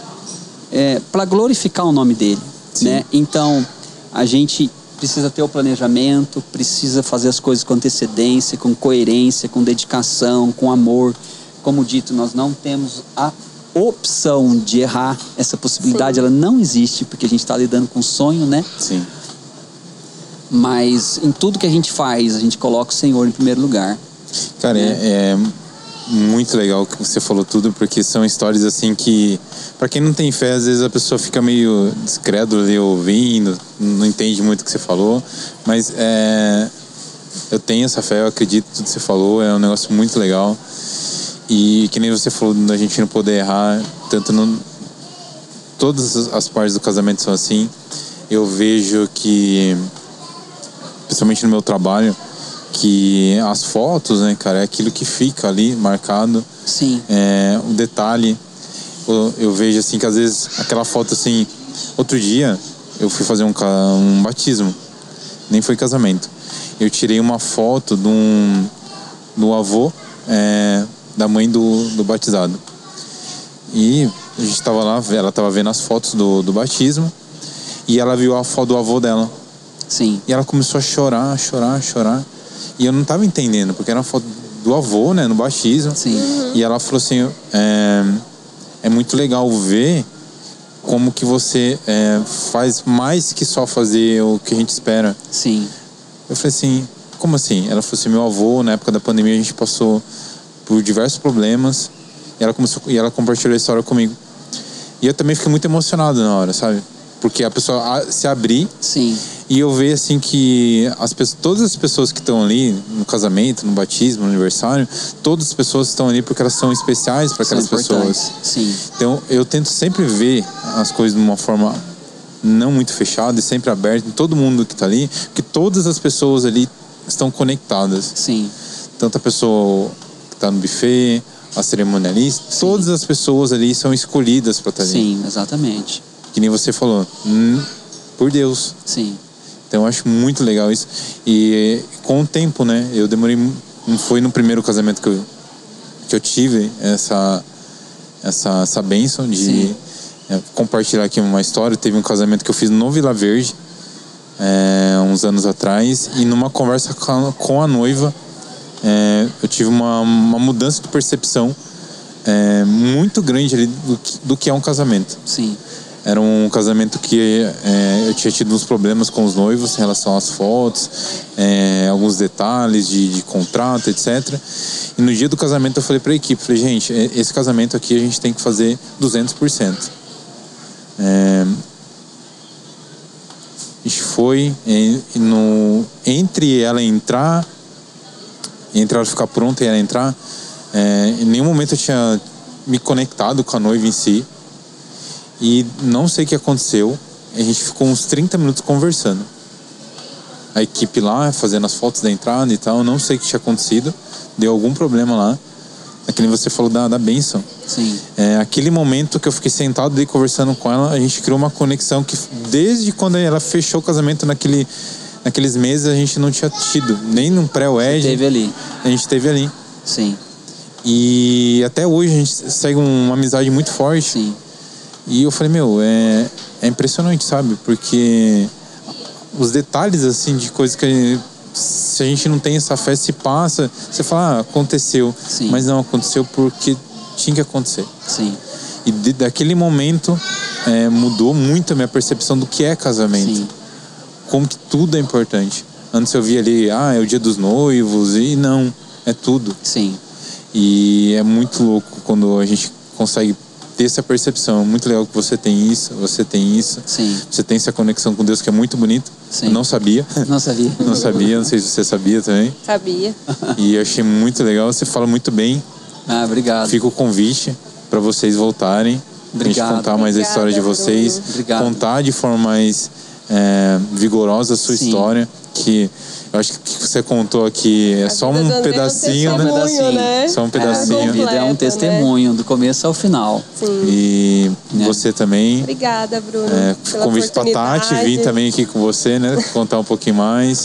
é, para glorificar o nome dele, né? Então a gente precisa ter o planejamento, precisa fazer as coisas com antecedência, com coerência, com dedicação, com amor. Como dito, nós não temos a opção de errar. Essa possibilidade, sim, ela não existe, porque a gente está lidando com sonho, né? Sim. Mas em tudo que a gente faz, a gente coloca o Senhor em primeiro lugar. Cara, né? é, é muito legal que você falou tudo, porque são histórias assim que, para quem não tem fé, às vezes a pessoa fica meio descrédula ali ouvindo, não entende muito o que você falou, mas é, eu tenho essa fé, eu acredito em tudo que você falou, é um negócio muito legal. E que nem você falou, da gente não poder errar, tanto no, todas as partes do casamento são assim. Eu vejo que, principalmente no meu trabalho, que as fotos, né, cara, é aquilo que fica ali marcado. Sim. É, o detalhe, eu, eu vejo assim que às vezes aquela foto assim, outro dia eu fui fazer um, um batismo, nem foi casamento. Eu tirei uma foto de um, do avô, é, da mãe do, do batizado. E a gente tava lá, ela tava vendo as fotos do, do batismo e ela viu a foto do avô dela. Sim. E ela começou a chorar, chorar, chorar. E eu não tava entendendo, porque era uma foto do avô, né, no batismo. Sim. Uhum. E ela falou assim, é, é muito legal ver como que você é, faz mais que só fazer o que a gente espera. Sim. Eu falei assim, como assim? Ela falou assim, meu avô, na época da pandemia, a gente passou por diversos problemas. E ela, começou, e ela compartilhou a história comigo. E eu também fiquei muito emocionado na hora, sabe? Porque a pessoa se abrir. Sim. E eu vejo assim que as pessoas, todas as pessoas que estão ali no casamento, no batismo, no aniversário, todas as pessoas estão ali porque elas são especiais para aquelas pessoas. Sim. Então eu tento sempre ver as coisas de uma forma não muito fechada e sempre aberta em todo mundo que está ali, porque todas as pessoas ali estão conectadas. Sim. Tanto a pessoa que está no buffet, a cerimonialista, sim, todas as pessoas ali são escolhidas para estar ali. Sim, exatamente. Que nem você falou, hum, por Deus. Sim. Então eu acho muito legal isso. E com o tempo, né? Eu demorei, não foi no primeiro casamento que eu, que eu tive essa, essa, essa bênção de é, compartilhar aqui uma história. Teve um casamento que eu fiz no Vila Verde, é, uns anos atrás, e numa conversa com a noiva, É, eu tive uma, uma mudança de percepção é, muito grande ali do que, do que é um casamento. Sim. Era um casamento que é, eu tinha tido uns problemas com os noivos em relação às fotos, é, alguns detalhes de, de contrato, etcétera. E no dia do casamento eu falei para a equipe, falei, gente, esse casamento aqui a gente tem que fazer duzentos por cento. É, a gente foi e, e no, entre ela entrar, entre ela ficar pronta e ela entrar, é, em nenhum momento eu tinha me conectado com a noiva em si. E não sei o que aconteceu, a gente ficou uns trinta minutos conversando. A equipe lá, fazendo as fotos da entrada e tal, não sei o que tinha acontecido, deu algum problema lá. Aquele que você falou da, da bênção. Sim. É, aquele momento que eu fiquei sentado ali conversando com ela, a gente criou uma conexão que desde quando ela fechou o casamento naquele... Naqueles meses a gente não tinha tido, nem num pré-wed. Teve ali. A gente teve ali. Sim. E até hoje a gente segue uma amizade muito forte. Sim. E eu falei, meu, é, é impressionante, sabe? Porque os detalhes, assim, de coisas que se a gente não tem essa fé, se passa, você fala, ah, aconteceu. Sim. Mas não, aconteceu porque tinha que acontecer. Sim. E de, daquele momento é, mudou muito a minha percepção do que é casamento. Sim. Como que tudo é importante. Antes eu via ali, ah, é o dia dos noivos, e não, é tudo. Sim. E é muito louco quando a gente consegue ter essa percepção. É muito legal que você tem isso, você tem isso. Sim. Você tem essa conexão com Deus que é muito bonito. Sim. Eu não sabia. Não sabia. Não sabia, não sei se você sabia também. Sabia. E eu achei muito legal, você fala muito bem. Ah, obrigado. Fica o convite para vocês voltarem. Obrigado. A gente contar mais Obrigada, a história de vocês. Bruno. Obrigado. Contar de forma mais é, vigorosa a sua Sim. história. Que eu acho que você contou aqui é A só vida do um André pedacinho, é um né? testemunho, né? Só um A pedacinho. vida é um Completa, testemunho, do começo ao final. Sim. E Né? você também. Obrigada, Bruno. É, pela convite pra Tati vir oportunidade. também aqui com você, né? Contar um pouquinho mais.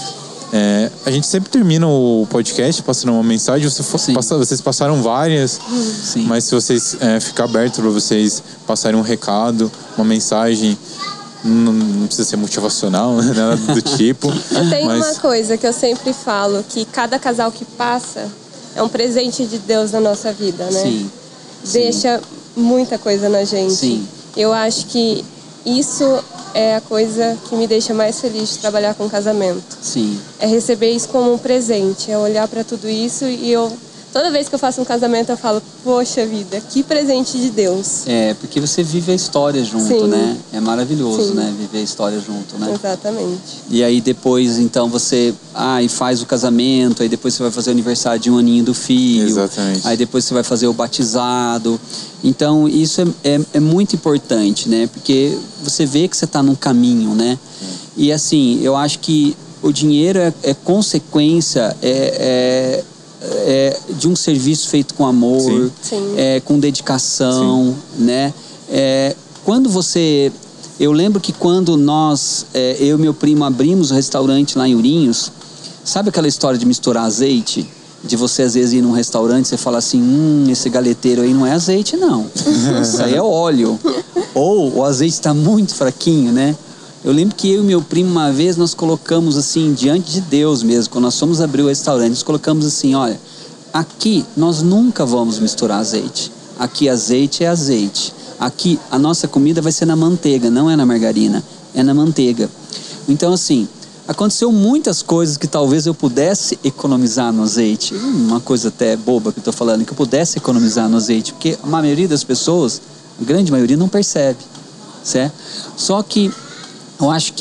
É, a gente sempre termina o podcast passando uma mensagem. Você for, Sim. passa, vocês passaram várias, Sim. mas se vocês é, ficar aberto para vocês passarem um recado, uma mensagem, não, não precisa ser motivacional, né? Nada do tipo. Tem mas uma coisa que eu sempre falo, que cada casal que passa é um presente de Deus na nossa vida, né? Sim. Deixa muita coisa na gente. Sim. Eu acho que isso é a coisa que me deixa mais feliz de trabalhar com casamento. Sim. É receber isso como um presente, é olhar para tudo isso e eu... Toda vez que eu faço um casamento eu falo, poxa vida, que presente de Deus. É, porque você vive a história junto, Sim. né? É maravilhoso, Sim. né? Viver a história junto, né? Exatamente. E aí depois, então, você ah, e faz o casamento, aí depois você vai fazer o aniversário de um aninho do filho. Exatamente. Aí depois você vai fazer o batizado. Então, isso é, é, é muito importante, né? Porque você vê que você está num caminho, né? E assim, eu acho que o dinheiro é, é consequência, é... é É, de um serviço feito com amor, Sim. Sim. É, com dedicação, né? É, quando você... Eu lembro que quando nós, é, eu e meu primo abrimos o restaurante lá em Ourinhos, sabe aquela história de misturar azeite? De você às vezes ir num restaurante e você fala assim, hum, esse galeteiro aí não é azeite não, isso aí é óleo. Ou o azeite está muito fraquinho, né? Eu lembro que eu e meu primo, uma vez, nós colocamos assim, diante de Deus mesmo, quando nós fomos abrir o restaurante, nós colocamos assim, olha, aqui nós nunca vamos misturar azeite. Aqui azeite é azeite. Aqui a nossa comida vai ser na manteiga, não é na margarina, é na manteiga. Então assim, aconteceu muitas coisas que talvez eu pudesse economizar no azeite. Uma coisa até boba que eu estou falando, que eu pudesse economizar no azeite, porque a maioria das pessoas, a grande maioria, não percebe, certo? Só que eu acho que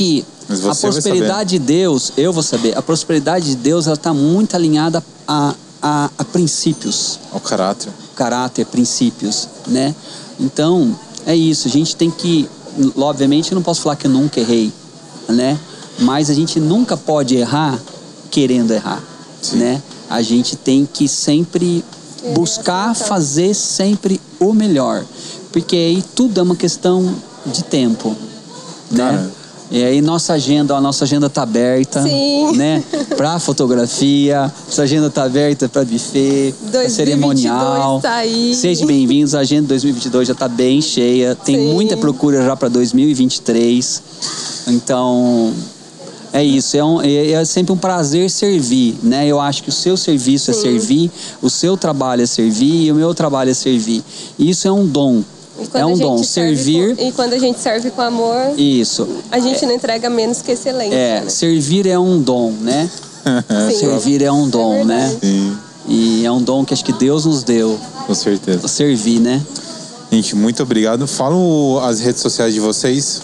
Mas você a prosperidade de Deus, eu vou saber, a prosperidade de Deus ela está muito alinhada a, a, a princípios. Ao caráter. Caráter, princípios, né? Então, é isso. A gente tem que, obviamente, eu não posso falar que eu nunca errei, né? Mas a gente nunca pode errar querendo errar, Sim. né? A gente tem que sempre buscar fazer sempre o melhor, porque aí tudo é uma questão de tempo, Cara. né? E aí nossa agenda, a nossa agenda tá aberta, Sim. né? Para fotografia, nossa agenda tá aberta para buffet, pra cerimonial. Tá aí. Sejam bem-vindos, a agenda dois mil e vinte e dois já tá bem cheia, tem Sim. muita procura já para dois mil e vinte e três. Então, é isso, é, um, é, é sempre um prazer servir, né? Eu acho que o seu serviço Sim. é servir, o seu trabalho é servir e o meu trabalho é servir. E isso é um dom. É um dom, servir... Com, e quando a gente serve com amor... Isso. A gente é, não entrega menos que excelência. É, né? Servir é um dom, né? Sim. Servir é um dom, é né? Sim. E é um dom que acho que Deus nos deu. Com certeza. Servir, né? Gente, muito obrigado. Fala as redes sociais de vocês.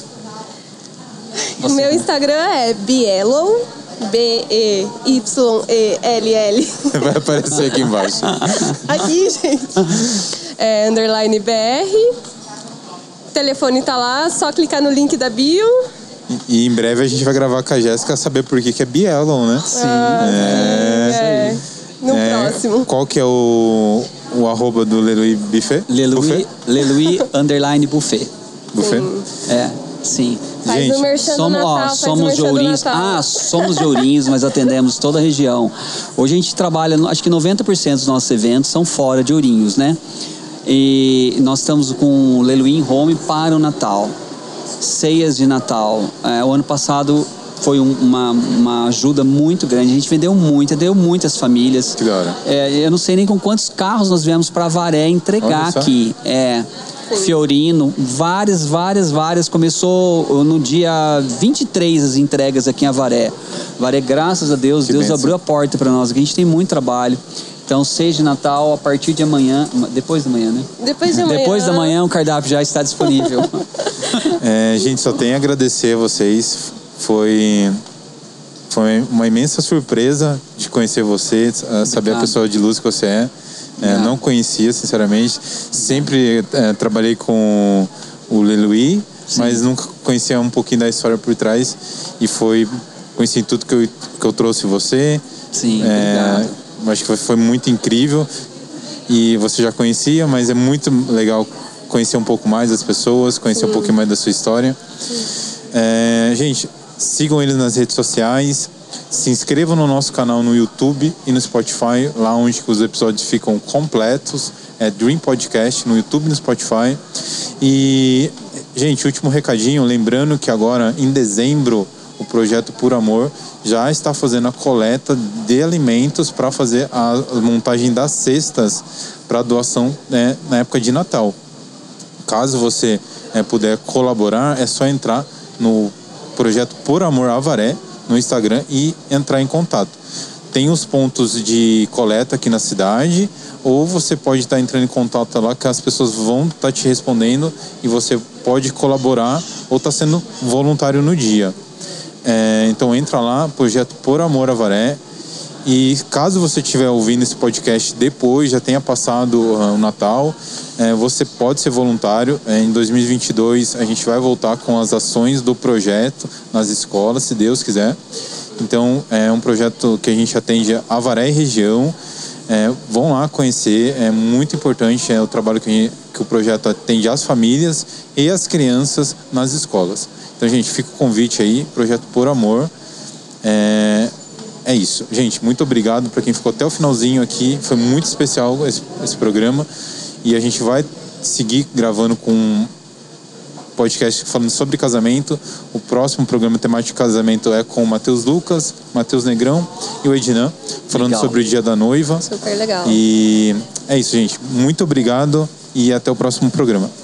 O meu Instagram é Biellon, B E Y E L L. Vai aparecer aqui embaixo. Aqui, gente. É, underline B R. O telefone tá lá, só clicar no link da bio. E, e em breve a gente vai gravar com a Jéssica saber por que, que é Biellon, né? Sim. Ah, é. é. No é, próximo. Qual que é o, o arroba do Leluí Buffet? Leluí, Leluí underline buffet. Buffet? Sim. É, sim. Faz gente, o merchan somos, do Natal, ó, faz somos o de Ourinhos. Ah, somos de Ourinhos, mas atendemos toda a região. Hoje a gente trabalha, acho que noventa por cento dos nossos eventos são fora de Ourinhos, né? E nós estamos com o Leluí Home para o Natal. Ceias de Natal. É, o ano passado foi um, uma, uma ajuda muito grande. A gente vendeu muito, deu muitas famílias. Que da hora. É, eu não sei nem com quantos carros nós viemos para Avaré entregar aqui. É, Fiorino, várias, várias, várias. Começou no dia vinte e três as entregas aqui em Avaré. Avaré, graças a Deus, que Deus bênção. Abriu a porta para nós. Aqui a gente tem muito trabalho. Então, seis de Natal, a partir de amanhã, depois da manhã, né? Depois da manhã. Depois da manhã, o cardápio já está disponível. É, gente, só tenho a agradecer a vocês. Foi, foi uma imensa surpresa de conhecer você, saber a pessoa de luz que você é. é não conhecia, sinceramente. Sempre é, trabalhei com o Leluí, mas nunca conhecia um pouquinho da história por trás. E foi, conheci tudo que eu, que eu trouxe você. Sim, é, obrigado. Acho que foi muito incrível e você já conhecia, mas é muito legal conhecer um pouco mais das pessoas, conhecer Sim. um pouquinho mais da sua história. É, gente, sigam eles nas redes sociais, se inscrevam no nosso canal no YouTube e no Spotify, lá onde os episódios ficam completos, é Dream Podcast no YouTube e no Spotify. E, gente, último recadinho, lembrando que agora em dezembro o projeto Por Amor já está fazendo a coleta de alimentos para fazer a montagem das cestas para doação, né, na época de Natal. Caso você é, puder colaborar, é só entrar no projeto Por Amor Avaré no Instagram e entrar em contato. Tem os pontos de coleta aqui na cidade, ou você pode estar entrando em contato lá que as pessoas vão estar te respondendo e você pode colaborar ou estar sendo voluntário no dia. É, então entra lá, projeto Por Amor Avaré. E caso você estiver ouvindo esse podcast depois, já tenha passado uh, o Natal, é, você pode ser voluntário. É, em dois mil e vinte e dois a gente vai voltar com as ações do projeto nas escolas, se Deus quiser. Então é um projeto que a gente atende Avaré e região. É, vão lá conhecer, é muito importante, é o trabalho que, a gente, que o projeto atende as famílias e as crianças nas escolas. Então, gente, fica o convite aí, Projeto Por Amor. É, é isso. Gente, muito obrigado para quem ficou até o finalzinho aqui. Foi muito especial esse, esse programa. E a gente vai seguir gravando com um podcast falando sobre casamento. O próximo programa temático de casamento é com o Matheus Lucas, Matheus Negrão e o Ednan, falando legal. Sobre o Dia da Noiva. Super legal. E é isso, gente. Muito obrigado e até o próximo programa.